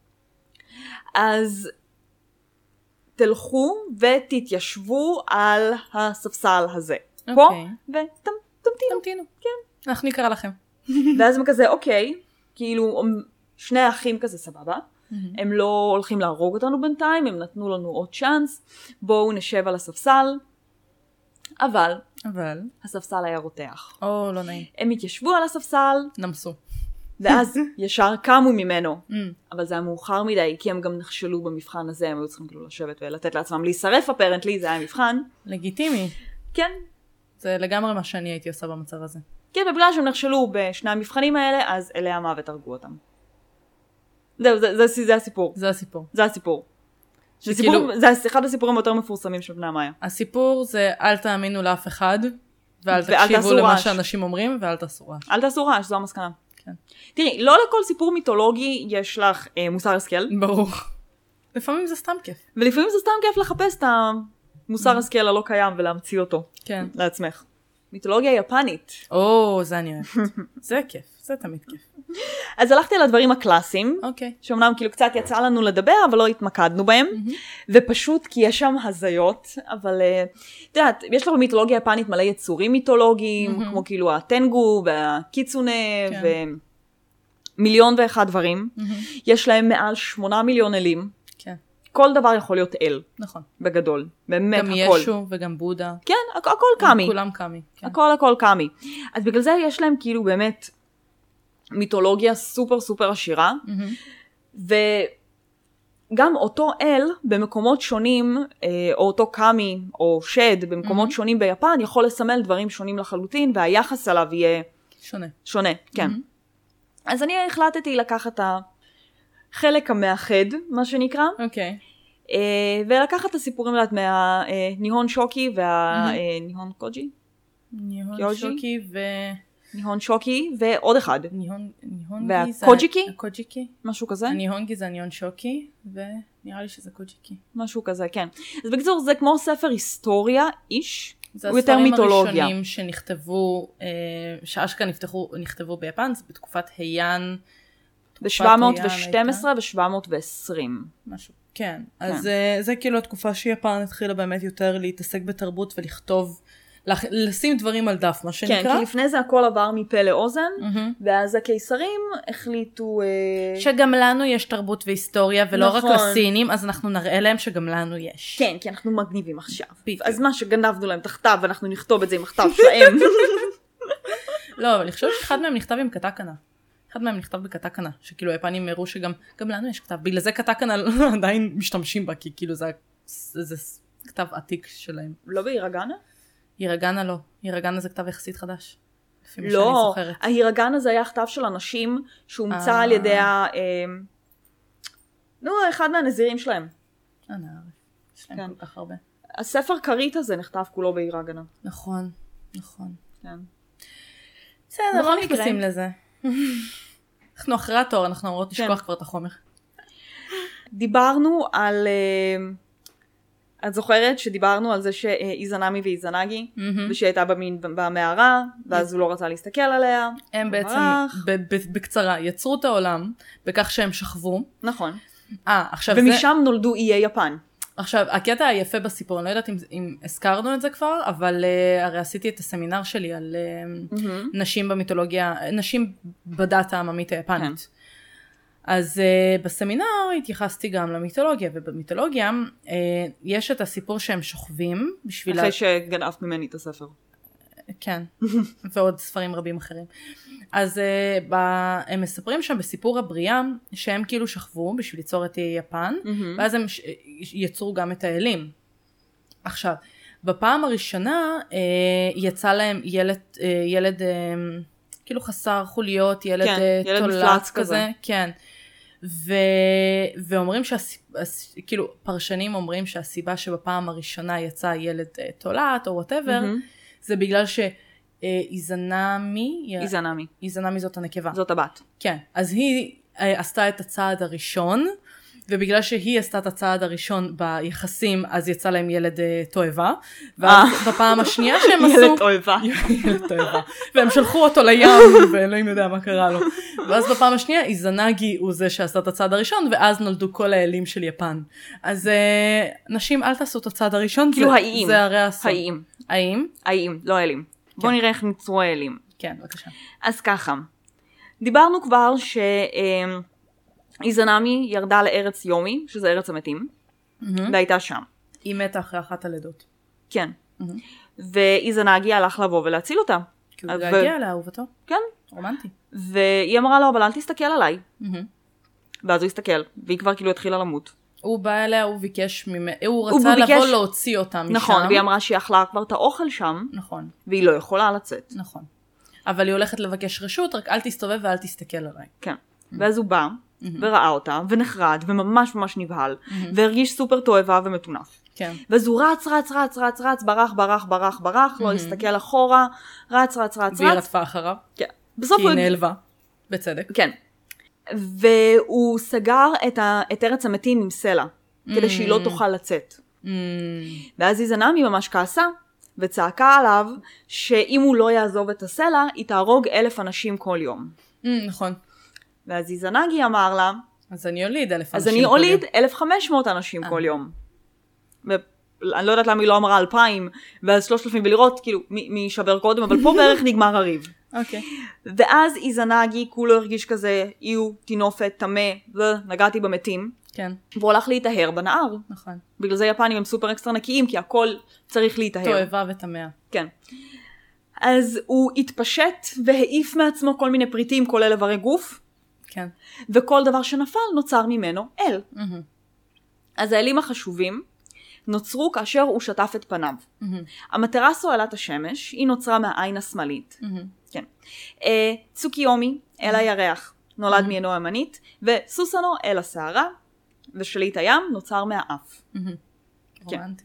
אז תלכו ותתיישבו על הספסל הזה. פה, ותמתינו. כן. אנחנו נקרא לכם. ואז הם כזה, אוקיי, כאילו, שני האחים כזה סבבה. הם לא הולכים להרוג אותנו בינתיים, הם נתנו לנו עוד צ'אנס, בואו נשב על הספסל, אבל הספסל היה רותח. לא נעים. הם התיישבו על הספסל, נמסו. ואז ישר קמו ממנו, אבל זה היה מאוחר מדי, כי הם גם נכשלו במבחן הזה, הם היו צריכים כאילו לשבת ולתת לעצמם להישרף, אפרנטלי, זה היה מבחן. לגיטימי. כן. זה לגמרי מה שאני הייתי עושה במצב הזה. כן, ובגלל שהם נכשלו בשני המבחנים האלה, אז אלי המוות הרגו אותם. זהו, זה הסיפור. זה הסיפור. זה אחד הסיפורים היותר מפורסמים של בני המאיה. הסיפור זה אל תאמינו לאף אחד, ואל תקשיבו למה שאנשים אומרים, ואל תעשו רעש. אל תעשו רעש, זו המסקנה. כן. תראי, לא לכל סיפור מיתולוגי יש לך מוסר השכל. ברור. לפעמים זה סתם כיף. ולפעמים זה סתם כיף לחפש את המוסר השכל הלא קיים ולהמציא אותו. כן. לעצמך. מיתולוגיה יפנית. זה אני אוהבת. זה כיף, זה תמיד כיף. אז הלכתי על הדברים הקלאסיים, שאומנם כאילו קצת יצא לנו לדבר, אבל לא התמקדנו בהם, ופשוט כי יש שם הזיות, אבל את יודעת, יש לנו במיתולוגיה יפנית מלא יצורים מיתולוגיים, כמו כאילו הטנגו והקיצונה, ומיליון ואחד דברים. יש להם מעל 8 מיליון אלים. כן. כל דבר יכול להיות אל. נכון. בגדול. באמת הכל. גם ישו וגם בודה. כן, הכל קמי. כולם קמי. הכל קמי. אז בגלל זה יש להם כאילו באמת מיתולוגיה סופר סופר עשירה. וגם אותו אל במקומות שונים, או אותו קמי או שד במקומות שונים ביפן, יכול לסמל דברים שונים לחלוטין, והיחס עליו יהיה שונה, כן. אז אני החלטתי לקחת החלק המאחד, מה שנקרא. אוקיי. ולקחת את הסיפורים מהניהון שוקי והניהון קוג'י. ניהון שוקי ניהון שוקי ועוד אחד. ניהונגי זה הקוג'יקי? משהו כזה? הניהונגי זה הניהון שוקי, ונראה לי שזה קוג'יקי. משהו כזה, כן. אז בקיצור, זה כמו ספר היסטוריה, זה הספרים הראשונים שנכתבו, שאשכרה נכתבו ביפן, זה בתקופת היאן. ב-712 ו-720. משהו, כן. אז זה כאילו התקופה שיפן התחילה באמת יותר להתעסק בתרבות ולכתוב, לשים דברים על דף, מה שנקרא. כן, כי לפני זה הכל עבר מפה לאוזן, ואז הקיסרים החליטו שגם לנו יש תרבות והיסטוריה, ולא רק לסינים, אז אנחנו נראה להם שגם לנו יש. כן, כי אנחנו מגניבים עכשיו. אז מה שגנבנו להם תחתיו, ואנחנו נכתוב את זה עם הכתב שלהם. לא, אבל אני חושבת שאחד מהם נכתב עם קטקנה. אחד מהם נכתב בקטקנה, שכאילו היפנים הראו שגם לנו יש כתב. בגלל זה קטקנה עדיין משתמשים בה, כי כאילו זה כתב עתיק שלהם. לא בהירגנה? הירגנה לא. הירגנה זה כתב יחסית חדש. לא, ההירגנה זה היה כתב של אנשים שהומצא על ידי אחד מהנזירים שלהם. יש להם כל כך הרבה. הספר קרית הזה נכתב כולו בהירגנה. נכון. כן. בסדר, לא נכנסים לזה. אנחנו אחרי התואר, אנחנו אמורות לשכוח כבר את החומר. דיברנו על, את זוכרת שדיברנו על זה שאיזנמי ואיזנגי, ושהייתה במערה, ואז הוא לא רצה להסתכל עליה. הם בעצם, בקצרה, יצרו את העולם, בכך שהם שכבו. נכון. ומשם נולדו איי יפן. עכשיו, הקטע היפה בסיפור, אני לא יודעת אם הזכרנו את זה כבר, אבל הרי עשיתי את הסמינר שלי על נשים במיתולוגיה, נשים בדת העממית היפנית. אז בסמינר התייחסתי גם למיתולוגיה, ובמיתולוגיה יש את הסיפור שהם שוכבים בשביל... אחרי שגנבת ממני את הספר. כן, ועוד ספרים רבים אחרים. אז הם מספרים שם בסיפור הבריאה, שהם כאילו שכבו בשביל ליצור את יפן, ואז הם יצרו גם את האלים. עכשיו, בפעם הראשונה יצא להם ילד כאילו חסר חוליות, ילד תולץ כזה. כן. ואומרים כאילו פרשנים אומרים שהסיבה שבפעם הראשונה יצא ילד תולעת או whatever, זה בגלל איזנמי זאת הנקבה. זאת הבת. כן. אז היא עשתה את הצעד הראשון, ובגלל שהיא עשתה את הצעד הראשון ביחסים, אז יצא להם ילד תועבה, ואז בפעם השנייה שהם עשו... ילד תועבה. ילד תועבה. והם שלחו אותו לים, ואלוהים יודע מה קרה לו. ואז בפעם השנייה, איזנגי הוא זה שעשה את הצעד הראשון, ואז נולדו כל האלים של יפן. אז נשים, אל תעשו את הצעד הראשון, כאילו האיים. זה הרי הסוף. האיים. האיים? האיים, לא האלים. בואו נראה איך ניצרו האלים. כן, בבקשה. אז ככה, דיברנו כבר איזנמי ירדה לארץ יומי, שזה ארץ המתים, והייתה שם. היא מתה אחרי אחת הלידות. כן. ואיזנגי הלך לבוא ולהציל אותה. כי הוא הגיע לאהובתו. כן. רומנטי. והיא אמרה לו, אבל אל תסתכל עליי. ואז הוא הסתכל, והיא כבר כאילו התחילה למות. הוא בא אליה, הוא ביקש ממנה, הוא רצה לבוא להוציא אותה משם. נכון, והיא אמרה שהיא אכלה כבר את האוכל שם. נכון. והיא לא יכולה לצאת. נכון. אבל היא הולכת לבקש רשות, רק אל תסתובב ואל תסתכל עליי. כן. ואז הוא בא, וראה אותה, ונחרד, וממש ממש נבהל, והרגיש סופר תועבה ומתונף. כן. ואז הוא רץ, ברח, לא הסתכל אחורה, רץ. והיא רדפה אחריו. כן. כי היא נעלבה, בצדק. כן. והוא סגר את ארץ המתים עם סלע, כדי שהיא לא תוכל לצאת. ואז איזנמי ממש כעסה, וצעקה עליו, שאם הוא לא יעזוב את הסלע, היא תהרוג 1,000 אנשים כל יום. נכון. ואז איזנגי אמר לה, אז אני אוליד 1,000 אנשים כל יום. אז אני אוליד 1,500 אנשים כל יום. אני לא יודעת למה היא לא אמרה 2,000, ואז 3,000 ולראות, כאילו, מי שבר קודם, אבל פה בערך נגמר הריב. אוקיי. ואז איזנגי כולו הרגיש כזה, תינופת, תמה, ונגעתי במתים. כן. והוא הלך להתאהר בנהר. נכון. בגלל זה יפנים הם סופר אקסטרה נקיים, כי הכל צריך להתאהר. תועבה ותמה. כן. אז הוא התפשט והעיף מעצמו כל מיני פריטים, כולל איברי גוף. כן. וכל דבר שנפל נוצר ממנו אל. אז האלים החשובים נוצרו כאשר הוא שטף את פניו. המטרסו אלת השמש, היא נוצרה מהעין השמאלית. כן. צוקיומי, אל הירח, נולד מעינו הימנית, וסוסנו אל השערה, ושליט הים נוצר מהאף. רומנטי.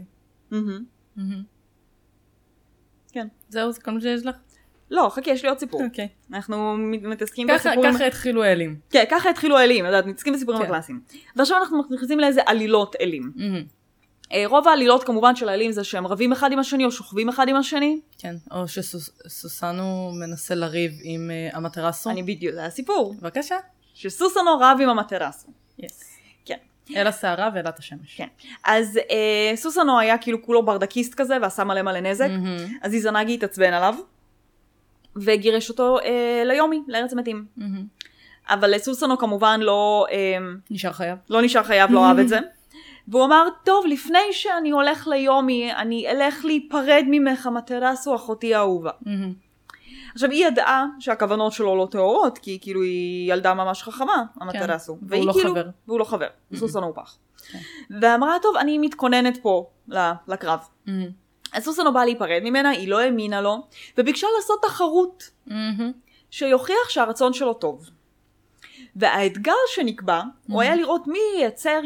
כן. זהו, זה כל מה שיש לך? לא, חכי, יש לי עוד סיפור. אוקיי. אנחנו מתעסקים בסיפורים. ככה התחילו האלים. כן, ככה התחילו האלים, מתעסקים בסיפורים הקלאסיים. ועכשיו אנחנו נכנסים לאיזה עלילות אלים. רוב העלילות כמובן של האלים זה שהם רבים אחד עם השני או שוכבים אחד עם השני. כן, או שסוסנו מנסה לריב עם המטרסו. אני בדיוק, זה הסיפור. בבקשה. שסוסנו רב עם המטרסו. כן. אל השערה ואל השמש. כן. אז סוסנו היה כאילו כולו ברדקיסט כזה ועשה מלא נזק. אז איזנגי התעצבן עליו. וגירש אותו ליומי, לארץ המתים. אבל סוסנו כמובן לא נשאר חייב. לא נשאר חייב, לא אהב את זה. והוא אמר, טוב, לפני שאני הולך ליומי, אני אלך להיפרד ממך, המטרסו, אחותי האהובה. עכשיו, היא ידעה שהכוונות שלו לא טהורות, כי כאילו היא ילדה ממש חכמה, המטרסו. והוא לא חבר. והוא לא חבר, סוסנו פח. ואמרה, טוב, אני מתכוננת פה לקרב. אז סוסנו באה להיפרד ממנה, היא לא האמינה לו, וביקשה לעשות תחרות, שיוכיח שהרצון שלו טוב. והאתגר שנקבע, הוא היה לראות מי ייצר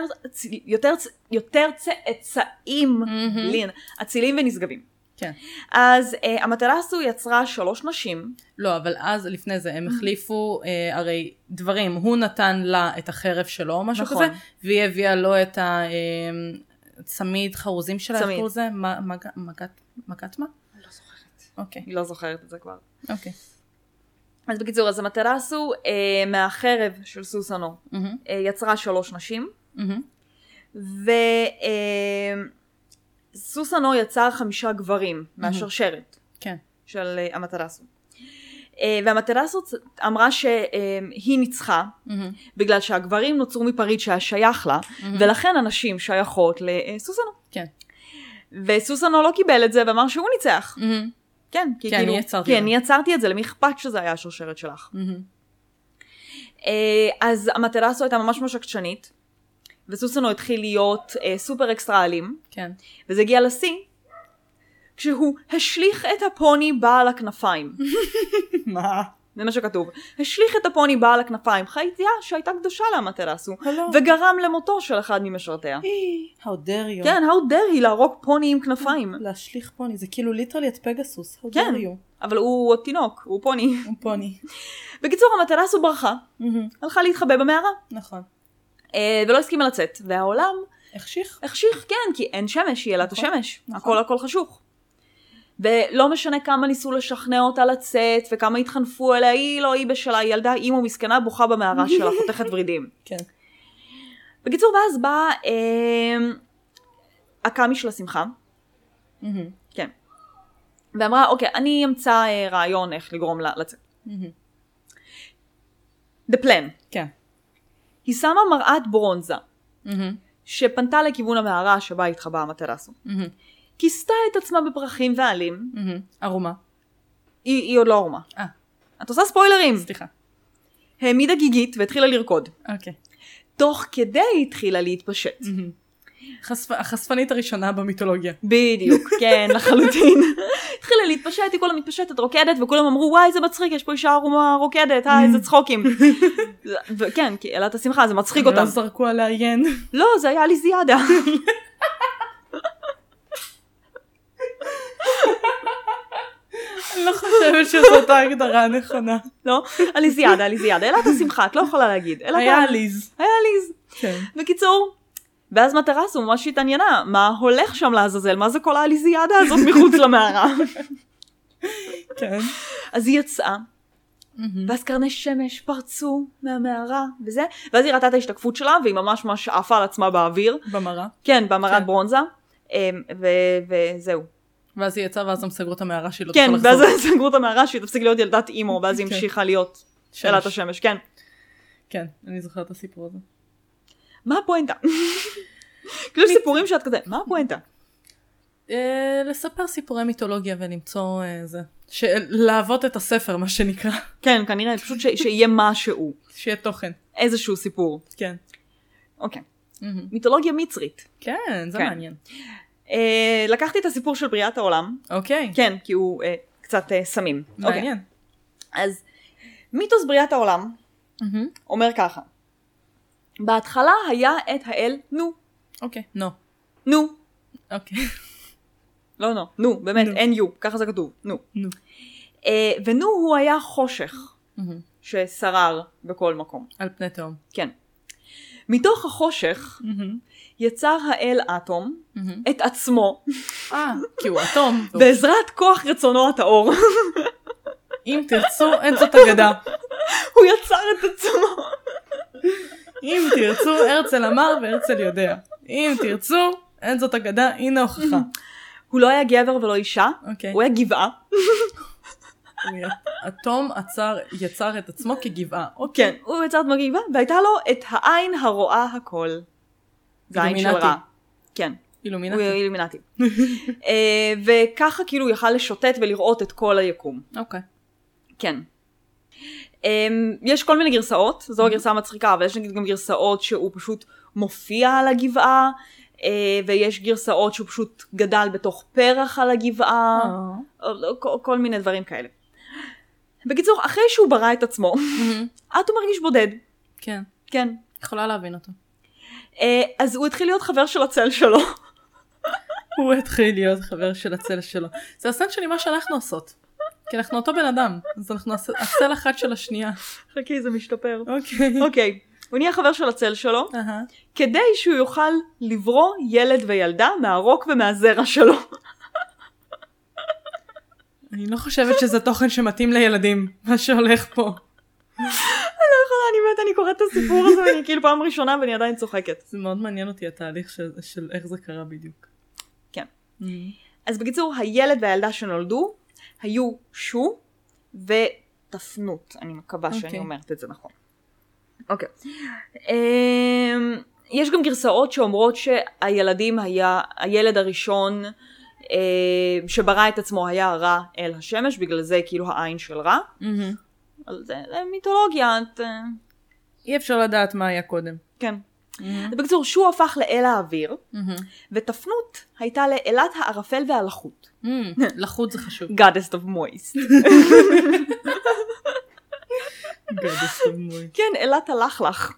יותר צאצאים, אצילים ונשגבים. כן. אז המטרסו יצרה 3 נשים. לא, אבל אז לפני זה הם החליפו הרי דברים, הוא נתן לה את החרב שלו או משהו כזה, והיא הביאה לו את הצמיד חרוזים שלה, איך קוראים לזה? מקטמה? אני לא זוכרת. אוקיי. היא לא זוכרת את זה כבר. אוקיי. אז בקיצור, אז המטרסו מהחרב של סוסנו יצרה 3 נשים, וסוסנו יצר 5 גברים מהשרשרת של המטרסו. והמטרסו אמרה שהיא ניצחה, בגלל שהגברים נוצרו מפריד שהיה שייך לה, ולכן הנשים שייכות לסוסנו. כן. וסוסנו לא קיבל את זה ואמר שהוא ניצח. כן, כי אני יצרתי את זה, למי אכפת שזה היה השרשרת שלך. אז המטרסו הייתה ממש ממש עקשנית, וסוסנו התחיל להיות סופר אקסטרה אלים, כן. וזה הגיע לשיא, כשהוא השליך את הפוני בעל הכנפיים. מה? זה מה שכתוב. השליך את הפוני בעל הכנפיים, חייתיה שהייתה קדושה לאמטרסו, וגרם למותו של אחד ממשרתיה. How dare you. כן, how dare היא להרוג פוני עם כנפיים. להשליך פוני, זה כאילו ליטרלי את פגסוס. How כן, dare you. אבל הוא תינוק, הוא פוני. הוא פוני. בקיצור, המטרסו ברחה, הלכה להתחבא במערה. נכון. ולא הסכימה לצאת, והעולם החשיך, כן, כי אין שמש, היא ילת השמש, הכל חשוך. ולא משנה כמה ניסו לשכנע אותה לצאת, וכמה התחנפו אליה, היא בשלה, היא ילדה, אימו מסכנה, בוכה במערה שלה, חותכת ורידים. כן. בקיצור, ואז באה הקאמי של השמחה, כן, ואמרה, אוקיי, אני אמצא רעיון איך לגרום לה לצאת. The plan. כן. היא שמה מראת ברונזה, שפנתה לכיוון המערה שבה התחבא המטרסו. כיסתה את עצמה בפרחים ועלים. ערומה. היא עוד לא ערומה. את עושה ספוילרים. סליחה. העמידה גיגית והתחילה לרקוד. אוקיי. תוך כדי התחילה להתפשט. החשפנית הראשונה במיתולוגיה. בדיוק, כן, לחלוטין. התחילה להתפשט, היא כולה מתפשטת, רוקדת, וכולם אמרו, וואי, זה מצחיק, יש פה אישה ערומה רוקדת, איזה צחוקים. וכן, כי אלת השמחה, זה מצחיק אותם. לא זרקו עליה ין. לא, זה היה אליזיאדה. אני לא חושבת שזאת ההגדרה הנכונה. לא, אליזיאדה, אלת השמחה, את לא יכולה להגיד. היה אליז. כן. בקיצור, ואז מטרסו ממש התעניינה, מה הולך שם לעזאזל, מה זה כל האליזיאדה הזאת מחוץ למערה. כן. אז היא יצאה, ואז קרני שמש פרצו מהמערה וזה, ואז היא ראתה את ההשתקפות שלה, והיא ממש עפה על עצמה באוויר. במראה? כן, במראת ברונזה, וזהו. ואז היא יצאה, ואז הם סגרו את המערה שהיא לא כן, תוכל לחזור. ואז הם סגרו את המערה שהיא תפסיק להיות ילדת אימו, ואז היא המשיכה להיות שאלת השמש, כן. כן, אני זוכרת את הסיפור הזה. מה הפואנטה? כאילו סיפורים שאת כזה, מה הפואנטה? לספר סיפורי מיתולוגיה ולמצוא זה. להוות את הספר, מה שנקרא. כן, כנראה, פשוט שיהיה משהו. שיהיה תוכן. איזשהו סיפור. כן. אוקיי. מיתולוגיה מצרית. כן, זה מעניין. לקחתי את הסיפור של בריאת העולם. אוקיי. כן, כי הוא קצת סמים. מעניין. אז מיתוס בריאת העולם אומר ככה. בהתחלה היה את האל נו. אוקיי, נו. נו. אוקיי. לא, נו, באמת, אין יו, ככה זה כתוב, נו. ונו הוא היה חושך ששרר בכל מקום. על פני תהום. כן. מתוך החושך יצר האל אטום את עצמו. כי הוא אטום. בעזרת כוח רצונו הטהור. אם תרצו, אין זאת אגדה. הוא יצר את עצמו. אם תרצו, הרצל אמר והרצל יודע. אם תרצו, אין זאת אגדה, הנה הוכחה. הוא לא היה גבר ולא אישה, הוא היה גבעה. אטום יצר את עצמו כגבעה. כן, הוא יצר את עצמו כגבעה, והייתה לו את העין הרואה הכל. זה העין של רע. כן. אילומינטי. הוא אילומינטי. וככה כאילו הוא יכל לשוטט ולראות את כל היקום. אוקיי. כן. יש כל מיני גרסאות, זו הגרסה המצחיקה, אבל יש נגיד גם גרסאות שהוא פשוט מופיע על הגבעה, ויש גרסאות שהוא פשוט גדל בתוך פרח על הגבעה, כל מיני דברים כאלה. בקיצור, אחרי שהוא ברא את עצמו, את הוא מרגיש בודד. כן. כן. יכולה להבין אותו. אז הוא התחיל להיות חבר של הצל שלו. הוא התחיל להיות חבר של הצל שלו. זה הסן שלי מה שאנחנו עושות. כי אנחנו אותו בן אדם, אז אנחנו הצל אחת של השנייה. חכי, זה משתפר. אוקיי. הוא נהיה חבר של הצל שלו, כדי שהוא יוכל לברוא ילד וילדה מהרוק ומהזרע שלו. אני לא חושבת שזה תוכן שמתאים לילדים, מה שהולך פה. אני לא יכולה, אני קוראת את הסיפור הזה, ואני כאילו פעם ראשונה ואני עדיין צוחקת. זה מאוד מעניין אותי התהליך של איך זה קרה בדיוק. כן. אז בקיצור, הילד והילדה שנולדו, היו שו ותפנות. אני מקווה שאני אומרת את זה נכון. אוקיי. יש גם גרסאות שאומרות שהילדים הילד הראשון שברא את עצמו היה רע אל השמש, בגלל זה כאילו העין של רע. אבל זה מיתולוגיה. אי אפשר לדעת מה היה קודם. כן. בקיצור, שו הפך לאל האוויר, ותפנות הייתה לאלת הערפל והלחות. לחות זה חשוב. Goddess of moist. Goddess of moist. כן, אלת הלחלח.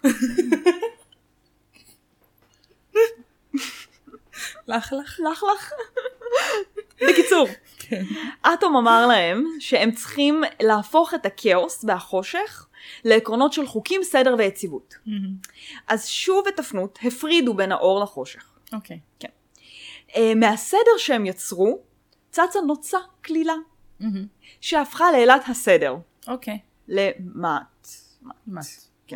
לחלח. בקיצור, אטום אמר להם שהם צריכים להפוך את הכאוס והחושך לעקרונות של חוקים, סדר ויציבות. אז שוב ותפנות הפרידו בין האור לחושך. אוקיי. כן. מהסדר שהם יצרו, צצה נוצה כלילה, שהפכה לאלת הסדר. אוקיי. למט. מט. כן.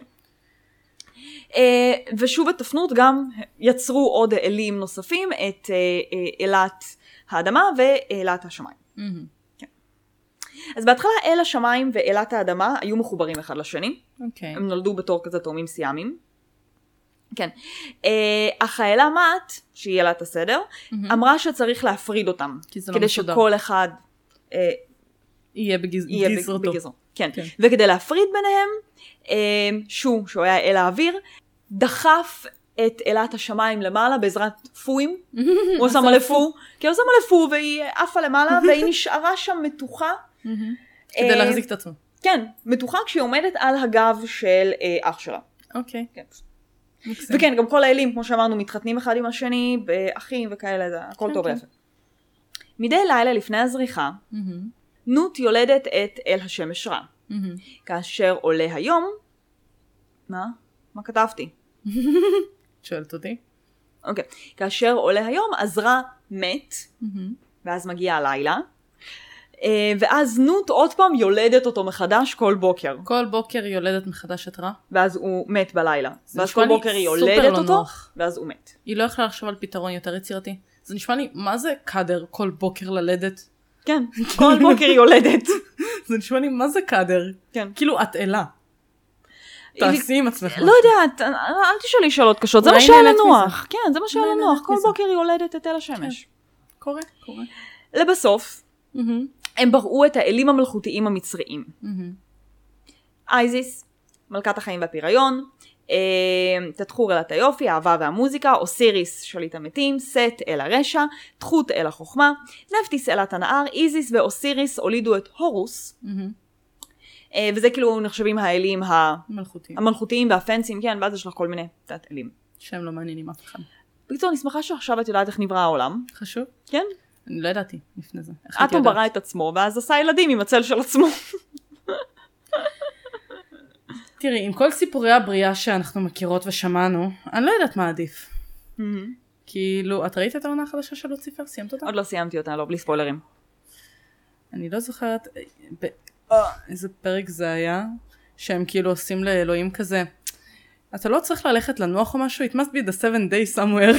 ושוב ותפנות גם יצרו עוד אלים נוספים, את אלת האדמה ואלת השמיים. כן. אז בהתחלה אל השמיים ואלת האדמה היו מחוברים אחד לשני. אוקיי. הם נולדו בתור כזה תאומים סיאמים. כן. אך האלה מט, שהיא אלת הסדר, אמרה שצריך להפריד אותם. כדי שכל אחד יהיה בגזרתו. כן. וכדי להפריד ביניהם, שו, שהוא היה אל האוויר, דחף את אלת השמיים למעלה בעזרת פויים. הוא שם עלי פו. כי הוא שם עלי פו והיא עפה למעלה והיא נשארה שם מתוחה. כדי להחזיק את עצמו. כן, מתוחה כשהיא עומדת על הגב של אח שלה. אוקיי. כן. וכן, גם כל האלים, כמו שאמרנו, מתחתנים אחד עם השני, באחים וכאלה, זה הכל טוב ויפה. מדי לילה לפני הזריחה, נוט יולדת את אל השמש רע. כאשר עולה היום, מה כתבתי? שואלת אותי. אוקיי. כאשר עולה היום, אז רע מת, ואז מגיע הלילה, ואז נוט עוד פעם יולדת אותו מחדש כל בוקר. כל בוקר היא יולדת מחדש את רע? ואז הוא מת בלילה. ואז כל בוקר היא יולדת אותו, ואז הוא מת. היא לא יכולה לחשוב על פתרון יותר יצירתי. זה נשמע לי, מה זה קדר כל בוקר ללדת? כן, כל בוקר היא יולדת. זה נשמע לי, מה זה קדר? כן. כאילו את אלה. תעשי עם עצמך. לא יודעת, אל תשאלי שאלות קשות, זה מה שהיה לנוח. כן, זה מה שהיה לנוח. כל בוקר היא יולדת את אל השמש. קורה. לבסוף, הם בראו את האלים המלכותיים המצריים. אייזיס, מלכת החיים והפיריון, תתחור אלת היופי, האהבה והמוזיקה, אוסיריס שליט המתים, סט אל הרשע, תחות אל החוכמה, נפטיס אלת הנהר, איזיס ואוסיריס הולידו את הורוס, וזה כאילו נחשבים האלים המלכותיים והפנסיים, כן, ואז יש לך כל מיני תת אלים. שהם לא מעניינים אף אחד. בקיצור, אני שמחה שעכשיו את יודעת איך נברא העולם. חשוב? כן. אני לא ידעתי לפני זה. אטום ברא את עצמו, ואז עשה ילדים עם הצל של עצמו. תראי, עם כל סיפורי הבריאה שאנחנו מכירות ושמענו, אני לא יודעת מה עדיף. כאילו, את ראית את העונה החדשה של לוציפר? סיימת אותה? עוד לא סיימתי אותה, לא, בלי ספוילרים. אני לא זוכרת איזה פרק זה היה, שהם כאילו עושים לאלוהים כזה, אתה לא צריך ללכת לנוח או משהו, it must be the 7 days somewhere.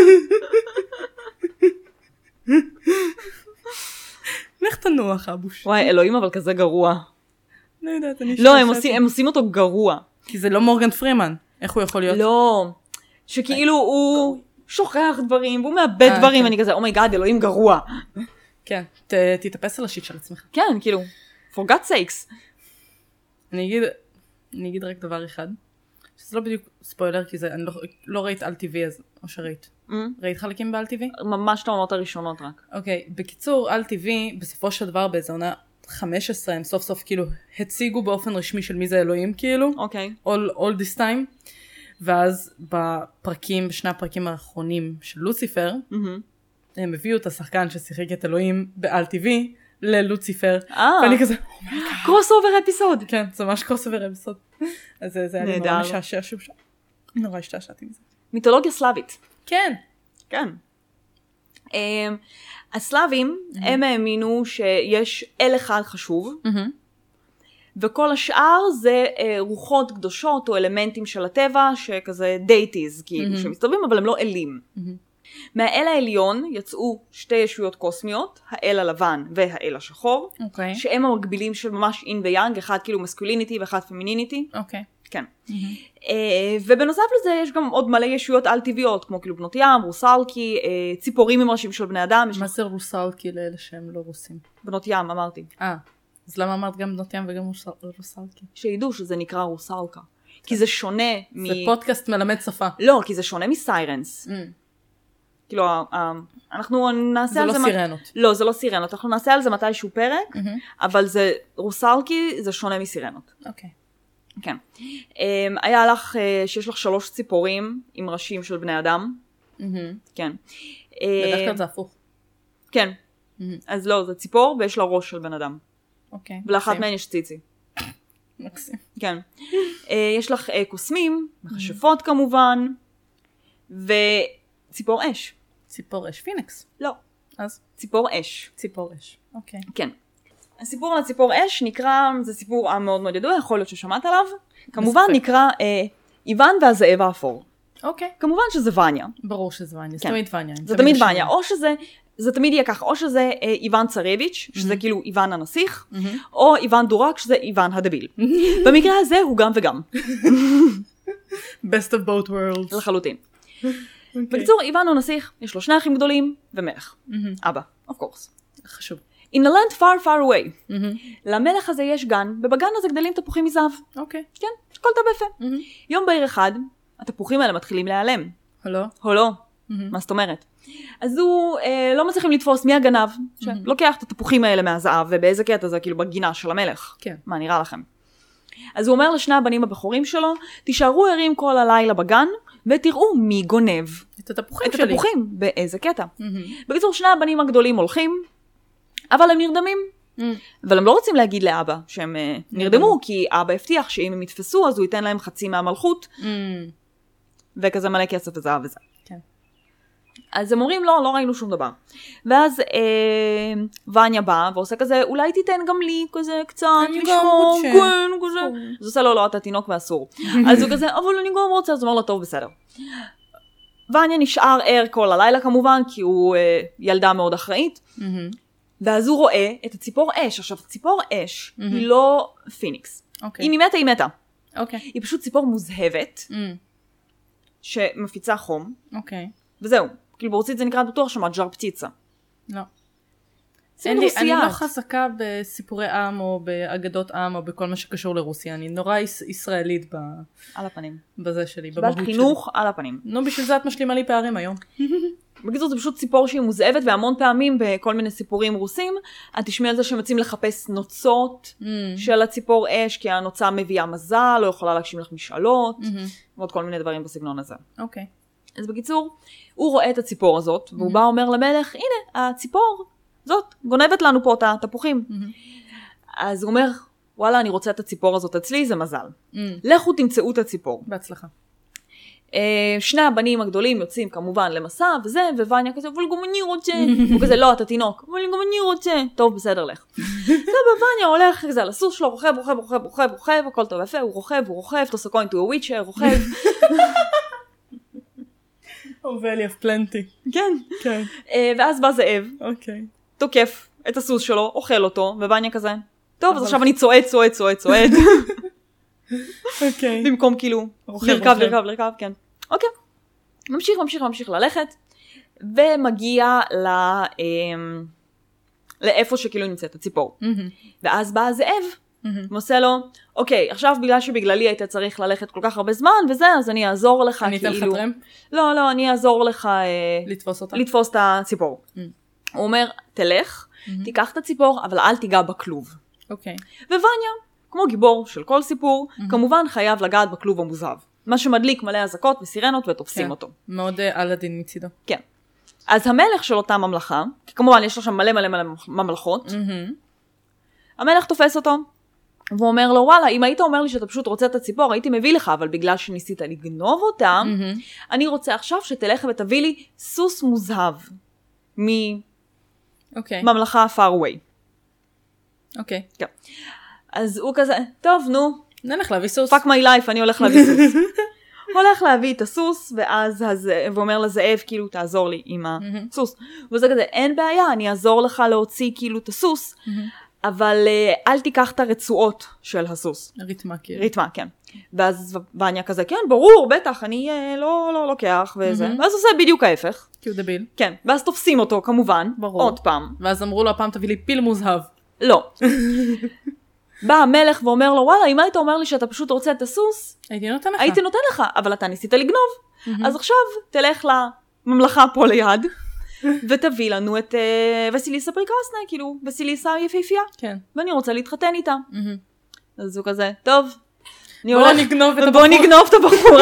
לך תנוח, אבוש. וואי, אלוהים אבל כזה גרוע. לא יודעת, לא, הם עושים אותו גרוע. כי זה לא מורגן פרימן. איך הוא יכול להיות? לא, שכאילו הוא שוכח דברים, והוא מאבד דברים, אני כזה, אומייגאד, אלוהים גרוע. כן, תתאפס על השיט של עצמך. כן, כאילו, for God's sakes. אני אגיד רק דבר אחד, שזה לא בדיוק ספוילר, כי אני לא ראית על טבעי, או שראית. ראית חלקים בעל טבעי? ממש את העונות הראשונות רק. אוקיי, בקיצור, על טבעי, בסופו של דבר, באיזו עונה 15, הם סוף סוף כאילו הציגו באופן רשמי של מי זה אלוהים, כאילו. אוקיי. all this time. ואז בשני הפרקים האחרונים של לוציפר, הם הביאו את השחקן ששיחק את אלוהים בעל טבעי, ללוציפר. ואני כזה, קרוס אובר אפיסוד. כן, זה ממש קרוס אובר אפיסוד. אז זה היה לי נורא משעשע שוב שם. נורא השתעשעתי מזה. מיתולוגיה סלאבית. כן. כן. הסלאבים, הם האמינו שיש אל אחד חשוב, וכל השאר זה רוחות קדושות או אלמנטים של הטבע, שכזה דייטיז, כאילו, שמסתובבים, אבל הם לא אלים. מהאל העליון יצאו שתי ישויות קוסמיות, האל הלבן והאל השחור, שהם המקבילים של ממש אין ויאנג, אחד כאילו מסקוליניטי ואחד פמיניניטי. אוקיי. כן. ובנוסף לזה יש גם עוד מלא ישויות על טבעיות, כמו כאילו בנות ים, רוסלקי, ציפורים עם ראשים של בני אדם. מה זה רוסלקי לאלה שהם לא רוסים? בנות ים, אמרתי. אז למה אמרת גם בנות ים וגם רוסלקי? שידעו שזה נקרא רוסלקה. כי זה שונה זה פודקאסט מלמד שפה. לא, כי זה שונה מסיירנס. כאילו, אנחנו נעשה על זה... זה לא סירנות. לא, זה לא סירנות. אנחנו נעשה על זה מתישהו פרק, אבל זה רוסלקי, זה שונה מסירנות. אוקיי. כן. היה לך, שיש לך 3 ציפורים עם ראשים של בני אדם. כן. בדרך כלל זה הפוך. כן. אז לא, זה ציפור ויש לה ראש של בן אדם. אוקיי. ולאחת מהן יש ציצי. מקסים. כן. יש לך קוסמים, מכשפות כמובן, וציפור אש. ציפור אש, פיניקס. לא. אז? ציפור אש. ציפור אש, אוקיי. כן. הסיפור על הציפור אש נקרא, זה סיפור מאוד מאוד ידוע, יכול להיות ששמעת עליו. כמובן נקרא איוון והזאב האפור. אוקיי. כמובן שזה וניה. ברור שזה וניה, זה תמיד וניה. זה תמיד וניה, או שזה... זה תמיד יהיה כך, או שזה איוון צרביץ', שזה כאילו איוון הנסיך, או איוון דורק, שזה איוון הדביל. במקרה הזה הוא גם וגם. Best of both worlds. לחלוטין. בקיצור, איוון הנסיך, יש לו 2 אחים גדולים ומלך. אבא, of course. חשוב. In a land far far away. למלך הזה יש גן, ובגן הזה גדלים תפוחים מזהב. אוקיי. כן, הכל טוב ויפה. יום בהיר אחד, התפוחים האלה מתחילים להיעלם. הלו? מה זאת אומרת? אז הוא לא מצליחים לתפוס מי הגנב, שלוקח את התפוחים האלה מהזהב, ובאיזה קטע זה כאילו בגינה של המלך. כן. מה נראה לכם? אז הוא אומר לשני הבנים הבכורים שלו, תישארו ערים כל הלילה בגן, ותראו מי גונב את התפוחים שלי. באיזה קטע. בקיצור, 2 הבנים הגדולים הולכים, אבל הם נרדמים. אבל הם לא רוצים להגיד לאבא שהם נרדמו, כי אבא הבטיח שאם הם יתפסו, אז הוא ייתן להם חצי מהמלכות, וכזה מלא כסף וזהב וזה. אז הם אומרים, לא ראינו שום דבר. ואז וניה בא ועושה כזה, אולי תיתן גם לי כזה קצת, לשמור, כן, כזה. אז עושה לו, לא, אתה תינוק ואסור. אז הוא כזה, אבל אני גם רוצה, אז הוא אומר לו, טוב, בסדר. וניה נשאר ער כל הלילה כמובן, כי הוא ילדה מאוד אחראית. ואז הוא רואה את הציפור אש. עכשיו, ציפור אש היא לא פיניקס. אם היא מתה, היא מתה. היא פשוט ציפור מוזהבת, שמפיצה חום. וזהו. כאילו ברוסית זה נקרא בטוח שמה ג'ר פציצה. לא. אני לא חזקה בסיפורי עם או באגדות עם או בכל מה שקשור לרוסיה. אני נורא ישראלית על הפנים. בזה שלי, במהות שלי. חינוך על הפנים. נו, בשביל זה את משלימה לי פערים היום. בקיצור, זה פשוט ציפור שהיא מוזהבת, והמון פעמים בכל מיני סיפורים רוסים, את תשמעי על זה שמציעים לחפש נוצות של הציפור אש, כי הנוצה מביאה מזל, לא יכולה להגשים לך משאלות, ועוד כל מיני דברים בסגנון הזה. אוקיי. אז בקיצור, הוא רואה את הציפור הזאת, והוא בא אומר למלך, הנה, הציפור זאת, גונבת לנו פה את התפוחים. אז הוא אומר, וואלה, אני רוצה את הציפור הזאת אצלי, זה מזל. לכו תמצאו את הציפור. בהצלחה. 2 הבנים הגדולים יוצאים כמובן למסע וזה, ווניה כזה, אבל גם אני רוצה. הוא כזה, לא, אתה תינוק. אבל גם אני רוצה. טוב, בסדר, לך. טוב, ווניה הולך כזה על הסוס שלו, רוכב, הכל טוב יפה, הוא רוכב, תוסקו into a witcher, רוכב. Oh, value of plenty. כן. ואז בא זאב. אוקיי. תוקף את הסוס שלו, אוכל אותו, ווניה כזה, טוב, אז עכשיו אני צועד. אוקיי. במקום כאילו, לרכב, כן. אוקיי. ממשיך ללכת, ומגיע לאיפה שכאילו נמצאת הציפור. ואז בא הזאב, ועושה לו, אוקיי, עכשיו בגלל שבגללי היית צריך ללכת כל כך הרבה זמן, וזה, אז אני אעזור לך, אני אתן לך טרמפ? לא, אני אעזור לך לתפוס את הציפור. הוא אומר, תלך, תיקח את הציפור, אבל אל תיגע בכלוב. אוקיי. ווניה, כמו גיבור של כל סיפור, כמובן חייב לגעת בכלוב המוזהב. מה שמדליק מלא אזעקות וסירנות ותופסים אותו. מאוד אלאדין מצידו. כן. אז המלך של אותה ממלכה, כי כמובן יש לו שם מלא ממלכות, המלך תופס אותו, והוא אומר לו, וואלה, אם היית אומר לי שאתה פשוט רוצה את הציפור, הייתי מביא לך, אבל בגלל שניסית לגנוב אותה, אני רוצה עכשיו שתלך ותביא לי סוס מוזהב מממלכה far away. אוקיי. כן. אז הוא כזה, טוב, נו. נלך להביא סוס. fuck my life, אני הולך להביא סוס. הולך להביא את הסוס, ואז ואומר לזאב, כאילו, תעזור לי עם הסוס. וזה כזה, אין בעיה, אני אעזור לך להוציא כאילו את הסוס, אבל אל תיקח את הרצועות של הסוס. ריתמה, כאילו. ריתמה, כן. ואז וניה כזה, כן, ברור, בטח, אני לא לוקח וזה. ואז עושה בדיוק ההפך. כי הוא דביל. כן, ואז תופסים אותו, כמובן. ברור. עוד פעם. ואז אמרו לו, הפעם תביא לי פיל מוזהב. לא. כן. בא המלך ואומר לו, וואלה, אם היית אומר לי שאתה פשוט רוצה את הסוס, הייתי נותן לך, אבל אתה ניסית לגנוב. אז עכשיו תלך לממלכה פה ליד, ותביא לנו את וסיליסה פריקסנה, כאילו, וסיליסה יפהפייה. כן. ואני רוצה להתחתן איתה. אז הוא כזה, טוב, בוא נגנוב את הבחורה.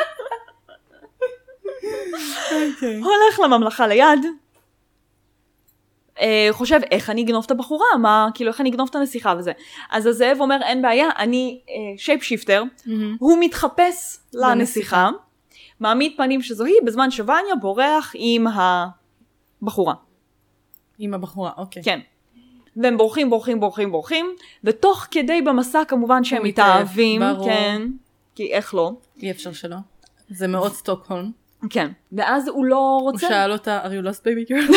הולך לממלכה ליד, חושב איך אני אגנוב את הבחורה, כאילו איך אני אגנוב את הנסיכה וזה. אז הזאב אומר, אין בעיה, אני שייפ שיפטר, הוא מתחפש לנסיכה, מעמיד פנים שזו היא, בזמן שווניה בורח עם הבחורה. עם הבחורה, אוקיי. כן. והם בורחים, ותוך כדי במסע כמובן שהם מתאהבים, כן, כי איך לא? אי אפשר שלא. זה מאוד סטוקהולם. כן, ואז הוא לא רוצה... הוא שאל אותה, are you lost baby girl?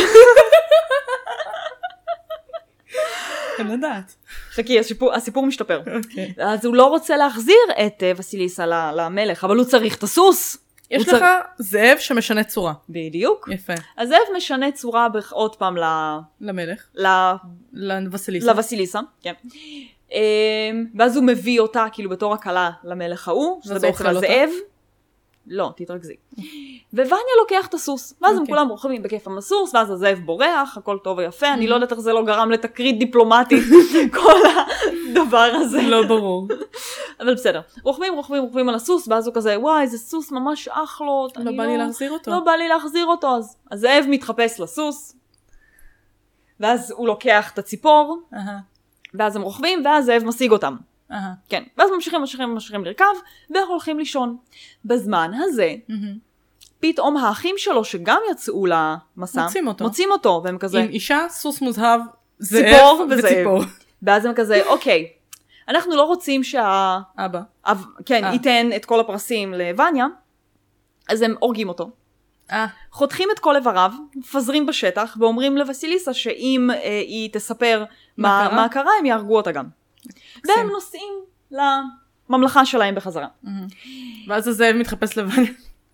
אני יודעת. חכי, הסיפור משתפר. אז הוא לא רוצה להחזיר את וסיליסה למלך, אבל הוא צריך את הסוס. יש לך זאב שמשנה צורה. בדיוק. יפה. הזאב משנה צורה עוד פעם למלך. לוסיליסה. לוסיליסה, כן. ואז הוא מביא אותה כאילו בתור הקלה למלך ההוא, שזה בעצם הזאב. לא, תתרכזי. ווניה לוקח את הסוס, ואז הם כולם רוכבים בכיף עם הסוס, ואז הזאב בורח, הכל טוב ויפה, אני לא יודעת איך זה לא גרם לתקרית דיפלומטית, כל הדבר הזה. לא ברור. אבל בסדר, רוכבים על הסוס, ואז הוא כזה, וואי, זה סוס ממש אחלות. לא בא לי להחזיר אותו. לא בא לי להחזיר אותו, אז הזאב מתחפש לסוס, ואז הוא לוקח את הציפור, ואז הם רוכבים, ואז הזאב משיג אותם. כן, ואז ממשיכים לרכב, והולכים לישון. בזמן הזה, פתאום האחים שלו שגם יצאו למסע, מוצאים אותו, והם כזה... עם אישה, סוס מוזהב, ציפור וציפור. ואז הם כזה, אוקיי, אנחנו לא רוצים שהאבא, כן, ייתן את כל הפרסים לווניה, אז הם הורגים אותו. חותכים את כל איבריו, מפזרים בשטח, ואומרים לוסיליסה שאם היא תספר מה קרה, הם יהרגו אותה גם. והם נוסעים לממלכה שלהם בחזרה. ואז הזאב מתחפש לווניה.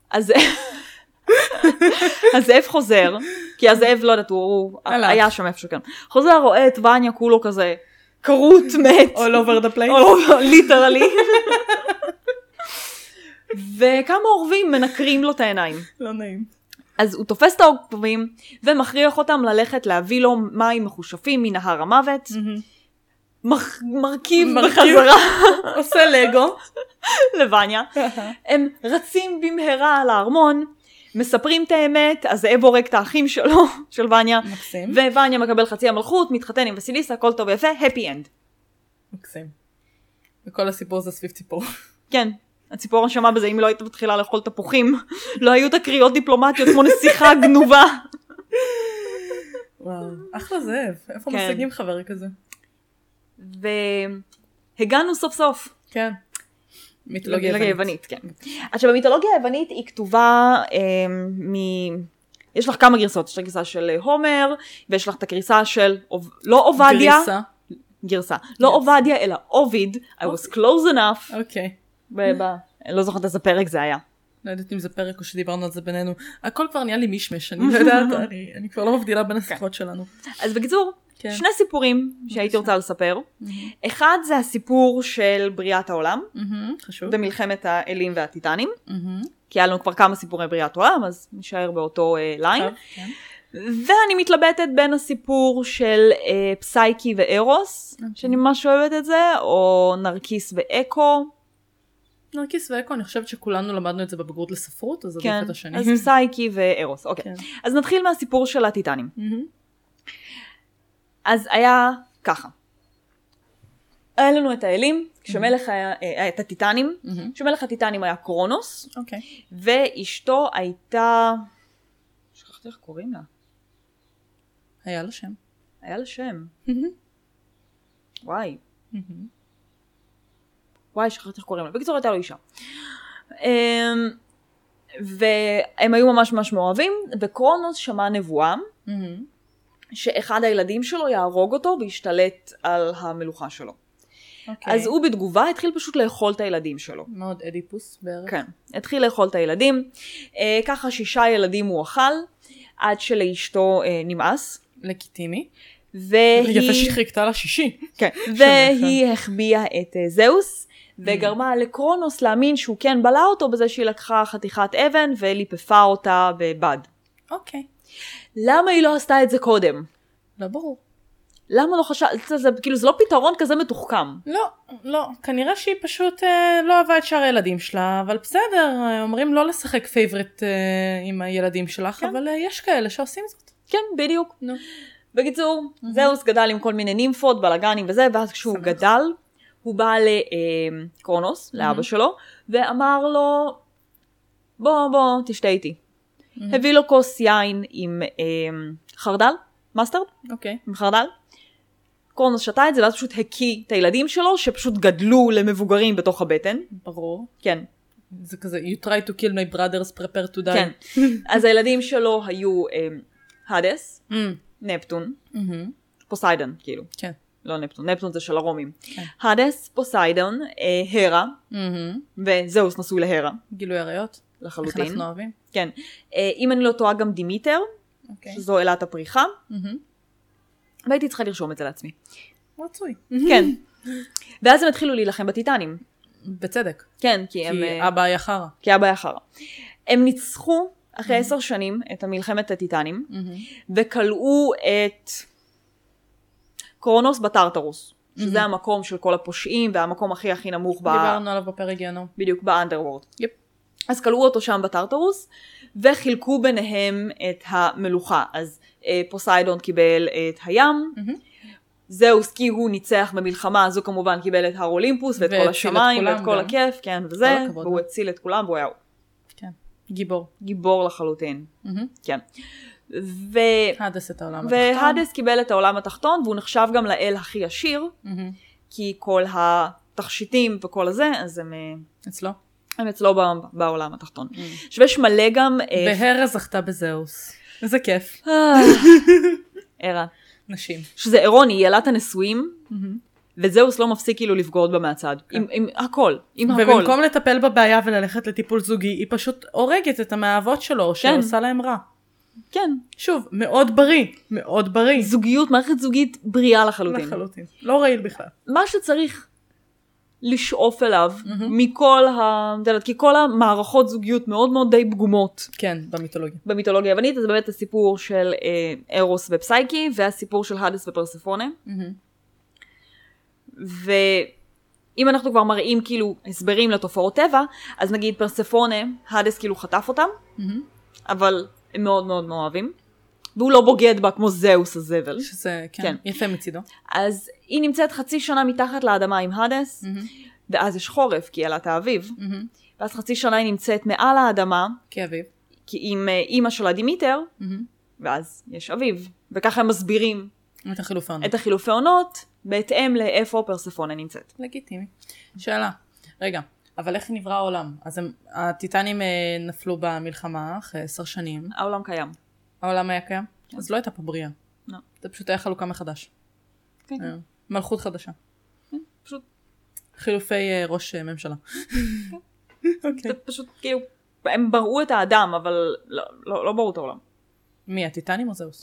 הזאב חוזר, כי הזאב לא יודעת, הוא היה שם איפשהו כאן. חוזר, רואה את ווניה כולו כזה, קרוט, מת. All over the place. ליטרלי. וכמה עורבים מנקרים לו את העיניים. לא נעים. אז הוא תופס את העורבים, ומכריח אותם ללכת להביא לו מים מחושפים מנהר המוות. מרכיב בחזרה. עושה לגו. לווניה. הם רצים במהרה על הארמון, מספרים את האמת, אז זאב הורג את האחים שלו, של ווניה. מקסים. ווניה מקבל חצי המלכות, מתחתן עם וסיליסה, הכל טוב ויפה, happy end. מקסים. וכל הסיפור זה סביב ציפור. כן. הציפור אשמה בזה, אם לא היית מתחילה לאכול תפוחים, לא היו את הקריאות דיפלומטיות כמו נסיכה גנובה. וואו, אחלה זאב. איפה משיגים חבר כזה? והגענו סוף סוף. כן. מיתולוגיה יוונית, כן. עכשיו, המיתולוגיה היוונית היא כתובה יש לך כמה גרסות. יש לך גרסה של הומר, ויש לך את הגרסה של, לא עובדיה. גרסה. לא עובדיה, אלא עוביד. I was close enough. אוקיי. אני לא זוכרת איזה פרק זה היה. לא יודעת אם זה פרק או שדיברנו על זה בינינו. הכל כבר נהיה לי מישמש, אני לא יודעת, אני כבר לא מבדילה בין השיחות שלנו. אז בקיצור, שני סיפורים שהייתי רוצה לספר. אחד זה הסיפור של בריאת העולם, במלחמת האלים והטיטנים, כי היה לנו כבר כמה סיפורי בריאת העולם, אז נשאר באותו ליין. ואני מתלבטת בין הסיפור של פסייקי וארוס, שאני ממש אוהבת את זה, או נרקיס ואקו. נרקיס ואקו, אני חושבת שכולנו למדנו את זה בבגרות לספרות, אז עדיף את השני. אז פסייקי וארוס, אוקיי. אז נתחיל מהסיפור של הטיטנים. אז היה ככה. היה לנו את האלים, את הטיטנים, שמלך הטיטנים היה קרונוס, ואשתו הייתה, שכחתי איך קוראים לה. היה לה שם. היה לה שם. וואי. שכחתי איך קוראים לה. בקיצור הייתה לו אישה. והם היו ממש ממש מאוהבים, וקרונוס שמע נבואה, שאחד הילדים שלו יהרוג אותו וישתלט על המלוכה שלו. אז הוא בתגובה התחיל פשוט לאכול את הילדים שלו. מאוד אדיפוס בערך. כן, התחיל לאכול את הילדים. ככה 6 ילדים הוא אכל, עד שלאשתו נמאס. לגיטימי. יפה שהיא חיכתה לשישי. כן, והיא החביאה את זהוס, וגרמה לקרונוס להאמין שהוא כן בלע אותו בזה שהיא לקחה חתיכת אבן וליפפה אותה בבד. אוקיי. למה היא לא עשתה את זה קודם? לא ברור. למה לא חשבת? כאילו זה לא פתרון כזה מתוחכם. לא. כנראה שהיא פשוט לא אהבה את שאר הילדים שלה, אבל בסדר, אומרים לא לשחק פייבורט עם הילדים שלך, אבל יש כאלה שעושים זאת. כן, בדיוק. בקיצור, זהוס גדל עם כל מיני נימפות, בלגנים וזה, ואז כשהוא גדל, הוא בא לקרונוס, לאבא שלו, ואמר לו, בוא, תשתה איתי. הביא לו כוס יין עם חרדל, מסטרד, עם חרדל. קרונוס שתה את זה, ואז פשוט הקיא את הילדים שלו, שפשוט גדלו למבוגרים בתוך הבטן. ברור. כן. זה כזה, you try to kill my brothers, prepare to die. כן. אז הילדים שלו היו הדס, נפטון, פוסיידון, כאילו. כן. לא נפטון, נפטון זה של הרומים. הדס, פוסיידון, הרה, וזהוס נשוי להרה. גילוי עריות. לחלוטין. איך אנחנו אוהבים. כן. אם אני לא טועה גם דימיטר, שזו אלת הפריחה. והייתי צריכה לרשום את זה לעצמי. רצוי. כן. ואז הם התחילו להילחם בטיטנים. בצדק. כן, כי אבא היה חרא. כי אבא היה חרא. הם ניצחו אחרי 10 שנים את המלחמת הטיטנים, וקלעו את קרונוס בטרטרוס, שזה המקום של כל הפושעים, והמקום הכי נמוך דיברנו עליו בפרק גיהנום. בדיוק, באנדרוורד. יפ. אז קלעו אותו שם בטרטרוס, וחילקו ביניהם את המלוכה. אז פוסיידון קיבל את הים, זהוס כי הוא ניצח במלחמה, אז הוא כמובן קיבל את הר אולימפוס, ואת כל השמיים, ואת כל הכיף, כן, וזה, והוא הציל את כולם, והוא היה... כן, גיבור. גיבור לחלוטין, כן. והדס את העולם התחתון. והדס קיבל את העולם התחתון, והוא נחשב גם לאל הכי עשיר, כי כל התכשיטים וכל הזה, אז הם... אצלו? הם אצלו בעולם התחתון. שווש מלא גם... והרה זכתה בזהוס. איזה כיף. הרה. נשים. שזה אירוני, היא ילת הנשואים, וזהוס לא מפסיק כאילו לבגוד בה מהצד. עם הכל, עם הכל. ובמקום לטפל בבעיה וללכת לטיפול זוגי, היא פשוט הורגת את המאהבות שלו, שעושה להם רע. כן. שוב, מאוד בריא, מאוד בריא. זוגיות, מערכת זוגית בריאה לחלוטין. לחלוטין. לא רעיל בכלל. מה שצריך לשאוף אליו, מכל כי כל המערכות זוגיות מאוד מאוד די פגומות. כן, במיתולוגיה. במיתולוגיה היוונית, זה באמת הסיפור של ארוס ופסייקי, והסיפור של הדס ופרספונה. ואם אנחנו כבר מראים כאילו הסברים לתופעות טבע, אז נגיד פרספונה, הדס כאילו חטף אותם, אבל הם מאוד מאוד מאוהבים. והוא לא בוגד בה כמו זהוס הזבל. שזה, כן, יפה מצידו. אז היא נמצאת 0.5 שנה מתחת לאדמה עם הדס, ואז יש חורף, כי ילת האביב. ואז 0.5 שנה היא נמצאת מעל האדמה. כאביב. עם אימא שלה דימיטר, ואז יש אביב. וככה הם מסבירים את החילופי עונות, בהתאם לאיפה פרספונה נמצאת. לגיטימי. שאלה, רגע, אבל איך נברא העולם? אז הטיטנים נפלו במלחמה אחרי 10 שנים. העולם קיים. העולם היה קיים? אז לא הייתה פה בריאה. לא. זה פשוט היה חלוקה מחדש. כן. מלכות חדשה. פשוט. חילופי ראש ממשלה. זה פשוט כאילו, הם בראו את האדם, אבל לא בראו את העולם. מי, הטיטנים או זהוס?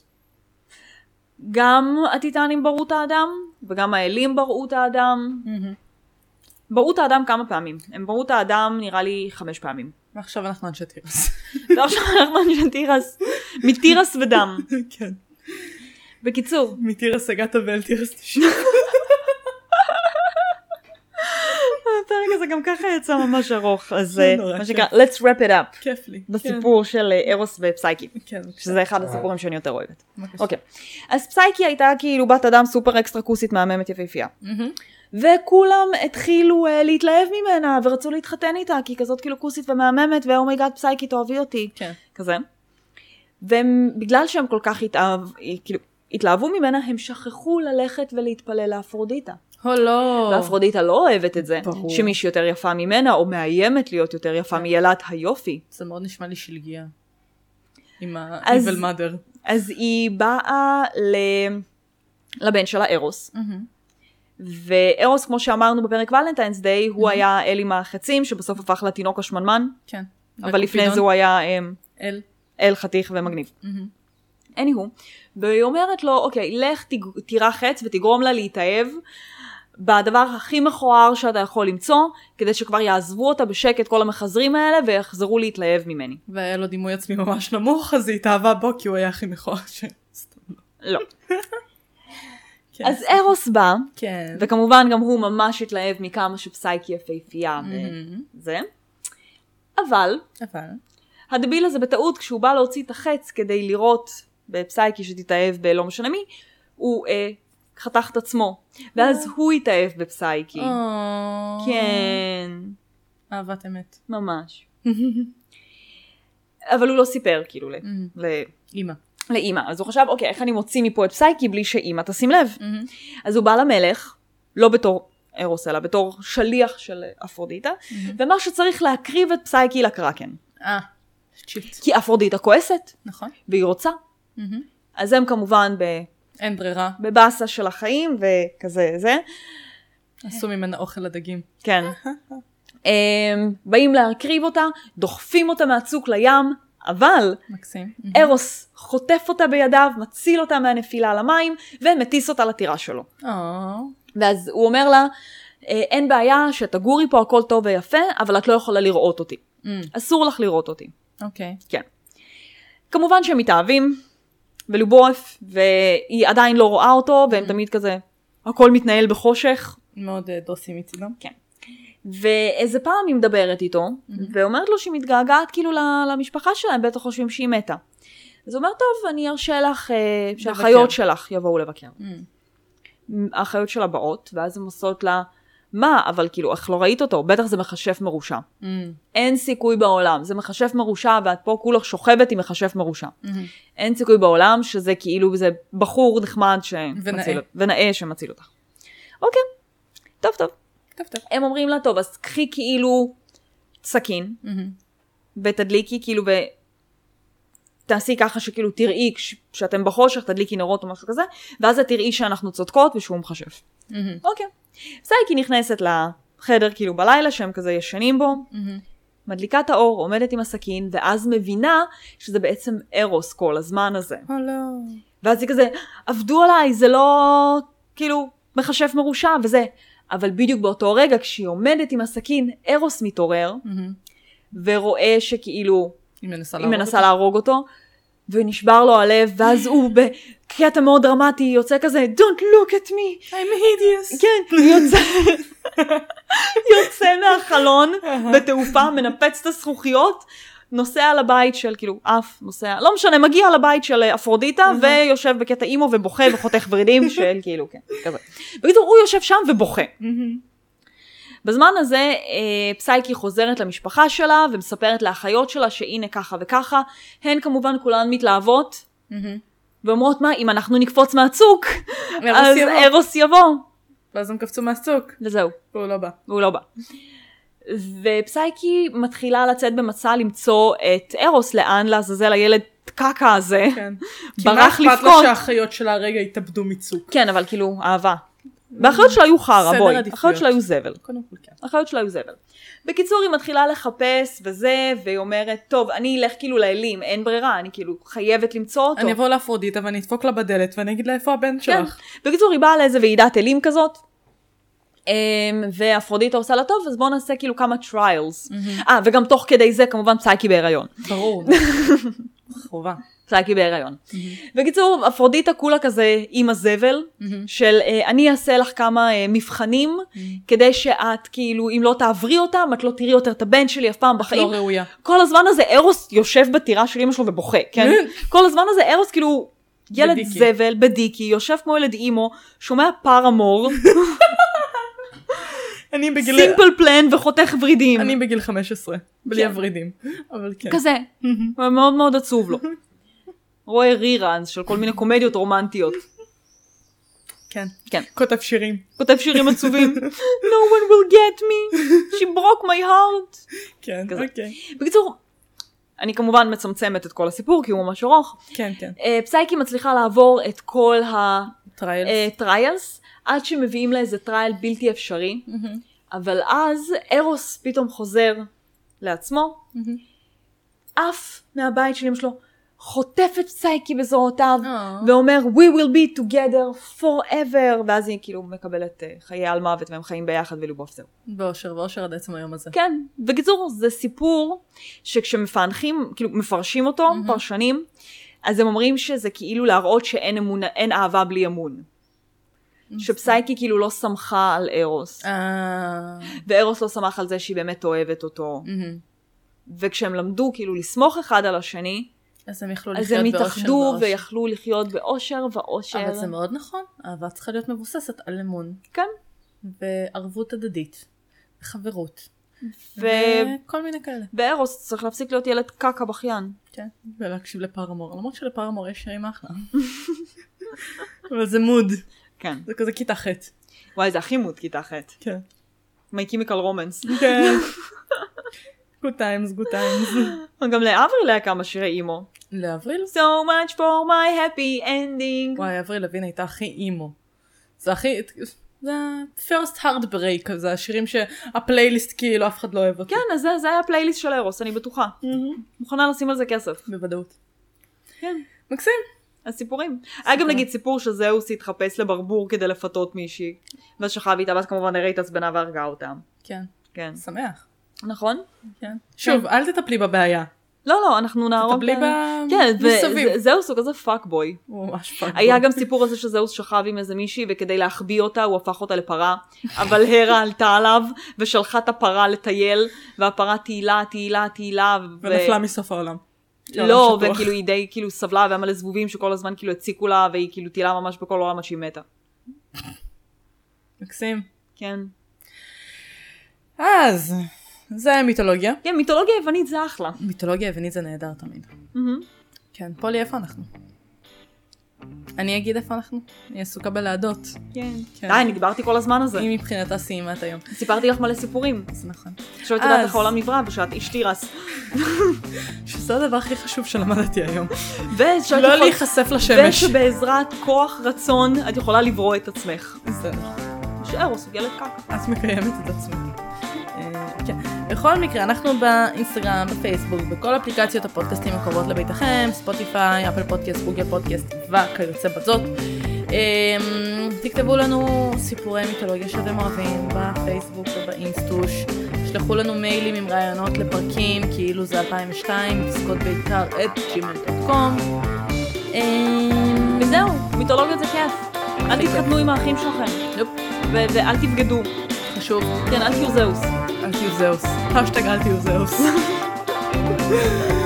גם הטיטנים בראו את האדם, וגם האלים בראו את האדם. בראו את האדם כמה פעמים. הם בראו את האדם נראה לי 5 פעמים. ועכשיו אנחנו אנשי תירס. ועכשיו אנחנו אנשי תירס. מתירס ודם. כן. בקיצור. מתירס הגעת ואל תירס תשאיר. הפרק הזה גם ככה יצא ממש ארוך. אז מה שנקרא, let's wrap it up. כיף לי. בסיפור של ארוס ופסייקי. כן. שזה אחד הסיפורים שאני יותר אוהבת. אוקיי. אז פסייקי הייתה כאילו בת אדם סופר אקסטרה כוסית מהממת יפהפייה. וכולם התחילו להתלהב ממנה ורצו להתחתן איתה, כי היא כזאת כאילו כוסית ומהממת, ואומייגאד פסייקי תאהבי אותי. כן. כזה. ובגלל שהם כל כך התלהבו ממנה, הם שכחו ללכת ולהתפלל לאפרודיטה. לא. ואפרודיטה לא אוהבת את זה, שמישהי יותר יפה ממנה, או מאיימת להיות יותר יפה מילת היופי. זה מאוד נשמע לי שלגיה. עם ה-evil mother. אז היא באה לבן שלה, ארוס. וארוס, כמו שאמרנו בפרק ולנטיינס דיי, הוא היה אל עם החצים, שבסוף הפך לתינוק השמנמן. כן. אבל לפני זה הוא היה אל. אל חתיך ומגניב. anyhow, והיא אומרת לו, אוקיי, לך תירה חץ ותגרום לה להתאהב בדבר הכי מכוער שאתה יכול למצוא, כדי שכבר יעזבו אותה בשקט כל המחזרים האלה, ויחזרו להתלהב ממני. והיה לו דימוי עצמי ממש נמוך, אז היא התאהבה בו, כי הוא היה הכי מכוער לא. אז ארוס בא, וכמובן גם הוא ממש התלהב מכמה שפסייקי יפהפייה וזה. אבל, הדביל הזה בטעות, כשהוא בא להוציא את החץ כדי לראות בפסייקי שתתאהב בלא משנה מי, הוא חתך את עצמו, ואז הוא התאהב בפסייקי. כן. אהבת אמת. ממש. אבל הוא לא סיפר, כאילו, לאמא. לאמא. אז הוא חשב, אוקיי, איך אני מוציא מפה את פסייקי בלי שאמא תשים לב? אז הוא בא למלך, לא בתור ארוס, אלא בתור שליח של אפרודיטה, ואמר שצריך להקריב את פסייקי לקרקן. שיט. כי אפרודיטה כועסת. נכון. והיא רוצה. אז הם כמובן אין ברירה. בבאסה של החיים, וכזה זה. עשו ממנה אוכל לדגים. כן. באים להקריב אותה, דוחפים אותה מהצוק לים, אבל מקסים. ארוס חוטף אותה בידיו, מציל אותה מהנפילה למים, ומטיס אותה לטירה שלו. ואז הוא אומר לה, אין בעיה שתגורי פה הכל טוב ויפה, אבל את לא יכולה לראות אותי. אסור לך לראות אותי. אוקיי. כן. כמובן שהם מתאהבים, בלובוף, והיא עדיין לא רואה אותו, והם תמיד כזה, הכל מתנהל בחושך. מאוד דוסים מצידם. כן. ואיזה פעם היא מדברת איתו, ואומרת לו שהיא מתגעגעת כאילו למשפחה שלהם, בטח חושבים שהיא מתה. אז הוא אומר, טוב, אני ארשה לך שהאחיות שלך יבואו לבקר. האחיות שלה באות, ואז הן עושות לה, מה? אבל כאילו, איך לא ראית אותו? בטח זה מחשף מרושע. אין סיכוי בעולם. זה מחשף מרושע, ואת פה כולך שוכבת עם מחשף מרושע. אין סיכוי בעולם שזה כאילו, זה בחור נחמד ונאה שמציל אותך. אוקיי, טוב. הם אומרים לה, טוב, אז קחי כאילו סכין, ותדליקי כאילו, תעשי ככה שכאילו תראי, כשאתם בחושך, תדליקי נרות או משהו כזה, ואז את תראי שאנחנו צודקות ושהוא מחשף. אוקיי. פסייקי נכנסת לחדר כאילו בלילה, שהם כזה ישנים בו, מדליקה את האור, עומדת עם הסכין, ואז מבינה שזה בעצם ארוס כל הזמן הזה. לא. ואז היא כזה, עבדו עליי, זה לא כאילו מחשף מרושע וזה. אבל בדיוק באותו רגע, כשהיא עומדת עם הסכין, ארוס מתעורר, ורואה שכאילו, היא מנסה להרוג אותו, ונשבר לו הלב, ואז הוא בקטע מאוד דרמטי, יוצא כזה, Don't look at me. I'm hideous. כן, יוצא מהחלון, בתעופה, מנפץ את הזכוכיות, נוסע לבית של, כאילו, נוסע, לא משנה, מגיע לבית של אפרודיטה, ויושב בקטע אימו, ובוכה, וחותך ורידים, של כאילו, כן, כזה. בקיצור, הוא יושב שם ובוכה. בזמן הזה, פסייקי חוזרת למשפחה שלה, ומספרת לאחיות שלה, שהנה ככה וככה, הן כמובן כולן מתלהבות, ואומרות מה, אם אנחנו נקפוץ מהצוק, אז ארוס יבוא. ואז הם קפצו מהצוק. וזהו. והוא לא בא. ופסייקי מתחילה לצאת במצע למצוא את ארוס, לאן לעזאזל הילד קקה הזה, ברח לפקוט. כמעט אכפת לה שהאחיות שלה הרגע התאבדו מצוק. כן, אבל כאילו, אהבה. והאחיות שלה היו חרה, בואי. האחיות שלה היו זבל. קודם כל כן. האחיות שלה היו זבל. בקיצור, היא מתחילה לחפש וזה, והיא אומרת, טוב, אני אלך כאילו לאלים, אין ברירה, אני כאילו חייבת למצוא אותו. אני אבוא לאפרודיטה ואני אדפוק לה בדלת, ואני אגיד לה איפה הבן שלך. בקיצור, היא באה לאיזה ועידת אלים כזאת, ואפרודיטה עושה לה טוב, אז בואו נעשה כאילו כמה טריילס. וגם תוך כדי זה, כמובן, פסייקי בהיריון. ברור. חובה. פסייקי בהיריון. בקיצור, אפרודיטה כולה כזה עם הזבל, של אני אעשה לך כמה מבחנים, כדי שאת כאילו, אם לא תעברי אותם, את לא תראי יותר את הבן שלי אף פעם בחיים. לא ראויה. כל הזמן הזה ארוס יושב בטירה של אמא שלו ובוכה, כן? כל הזמן הזה ארוס כאילו, ילד זבל, בדיקי, יושב כמו ילד אימו, שומע פארמור, סימפל פלן וחותך ורידים. אני בגיל 15, בלי הורידים. אבל כן. כזה. מאוד מאוד עצוב לו. רואה ריראנס של כל מיני קומדיות רומנטיות. כן. כן. כותב שירים. כותב שירים עצובים. No one will get me. She broke my heart. כן, אוקיי. בקיצור, אני כמובן מצמצמת את כל הסיפור, כי הוא ממש ארוך. כן, כן. פסייקי מצליחה לעבור את כל הטריילס, עד שמביאים לה איזה טרייל בלתי אפשרי. אבל אז ארוס פתאום חוזר לעצמו, אף מהבית של אמא שלו, חוטף את פסייקי בזרועותיו, ואומר, we will be together forever, ואז היא כאילו מקבלת חיי על מוות, והם חיים ביחד ולובוב זהו. באושר עד עצם היום הזה. כן, בקיצור, זה סיפור שכשמפענחים, כאילו מפרשים אותו, פרשנים, אז הם אומרים שזה כאילו להראות שאין אמון, אין אהבה בלי אמון. שפסייקי כאילו לא שמחה על ארוס. וארוס לא שמח על זה שהיא באמת אוהבת אותו. וכשהם למדו כאילו לסמוך אחד על השני, אז הם יכלו לחיות באושר. אז הם התאחדו ויכלו לחיות באושר ואושר. אבל זה מאוד נכון. אהבה צריכה להיות מבוססת על אמון. כן. וערבות הדדית. וחברות. וכל מיני כאלה. וארוס צריך להפסיק להיות ילד קקה בכיין. כן. ולהקשיב לפארמור. למרות שלפארמור יש שירים אחלה. אבל זה מוד. כן. זה כזה כיתה ח'. וואי, זה הכי מוד כיתה ח'. כן. My Chemical Romance. כן. Good times, good times. גם לאבריל היה כמה שירי אימו. לאבריל? So much for my happy ending. וואי, אבריל לוין הייתה הכי אימו. זה הכי... זה first heartbreak, זה השירים שהפלייליסט כאילו אף אחד לא אוהב אותי. כן, אז זה היה הפלייליסט של ארוס, אני בטוחה. מוכנה לשים על זה כסף. בוודאות. כן. מקסים. הסיפורים. היה גם נגיד סיפור שזהוס התחפש לברבור כדי לפתות מישהי. ואז שכב איתה, ואז כמובן הראית עצבנה והרגה אותם. כן. כן. שמח. נכון? כן. שוב, אל תטפלי בבעיה. לא, אנחנו נערוב... תטפלי מסביב. כן, זהוס הוא כזה פאקבוי. הוא ממש פאקבוי. היה גם סיפור הזה שזהוס שכב עם איזה מישהי, וכדי להחביא אותה הוא הפך אותה לפרה, אבל הרה עלתה עליו, ושלחה את הפרה לטייל, והפרה תהילה, ונפלה מסוף העולם. לא, וכאילו היא די כאילו סבלה, והמלא זבובים שכל הזמן כאילו הציקו לה, והיא כאילו תהילה ממש בכל עולם עד שהיא מתה. מקסים. כן. אז... זה מיתולוגיה. כן, מיתולוגיה יוונית זה אחלה. מיתולוגיה יוונית זה נהדר תמיד. כן, פולי, איפה אנחנו? אני אגיד איפה אנחנו? אני עסוקה בלעדות. כן. די, אני דיברתי כל הזמן הזה. היא מבחינתה סיימה את היום. סיפרתי לך מלא סיפורים. זה נכון. שלא תדעת איך העולם נברא, ושאת איש תירס. שזה הדבר הכי חשוב שלמדתי היום. לא להיחשף לשמש. ושבעזרת כוח רצון את יכולה לברוא את עצמך. זה נכון. שארוס, ילד קק. את מקיימת את עצמך. כן. בכל מקרה, אנחנו באינסטגרם, בפייסבוק, בכל אפליקציות הפודקאסטים הקרובות לביתכם, ספוטיפיי, אפל פודקאסט, גוגל פודקאסט וכיוצא בזאת. תכתבו לנו סיפורי מיתולוגיה שאתם אוהבים בפייסבוק ובאינסטוש. שלחו לנו מיילים עם רעיונות לפרקים, כאילו זה 2002, פסקות בעיקר @gmail.com. וזהו, מיתולוגיה זה כיף. אל תתחתנו עם האחים שלכם. ואל תבגדו. חשוב. כן, אל תהיו זהוס. אל תהיו זהוס. #אל תהיו זהוס.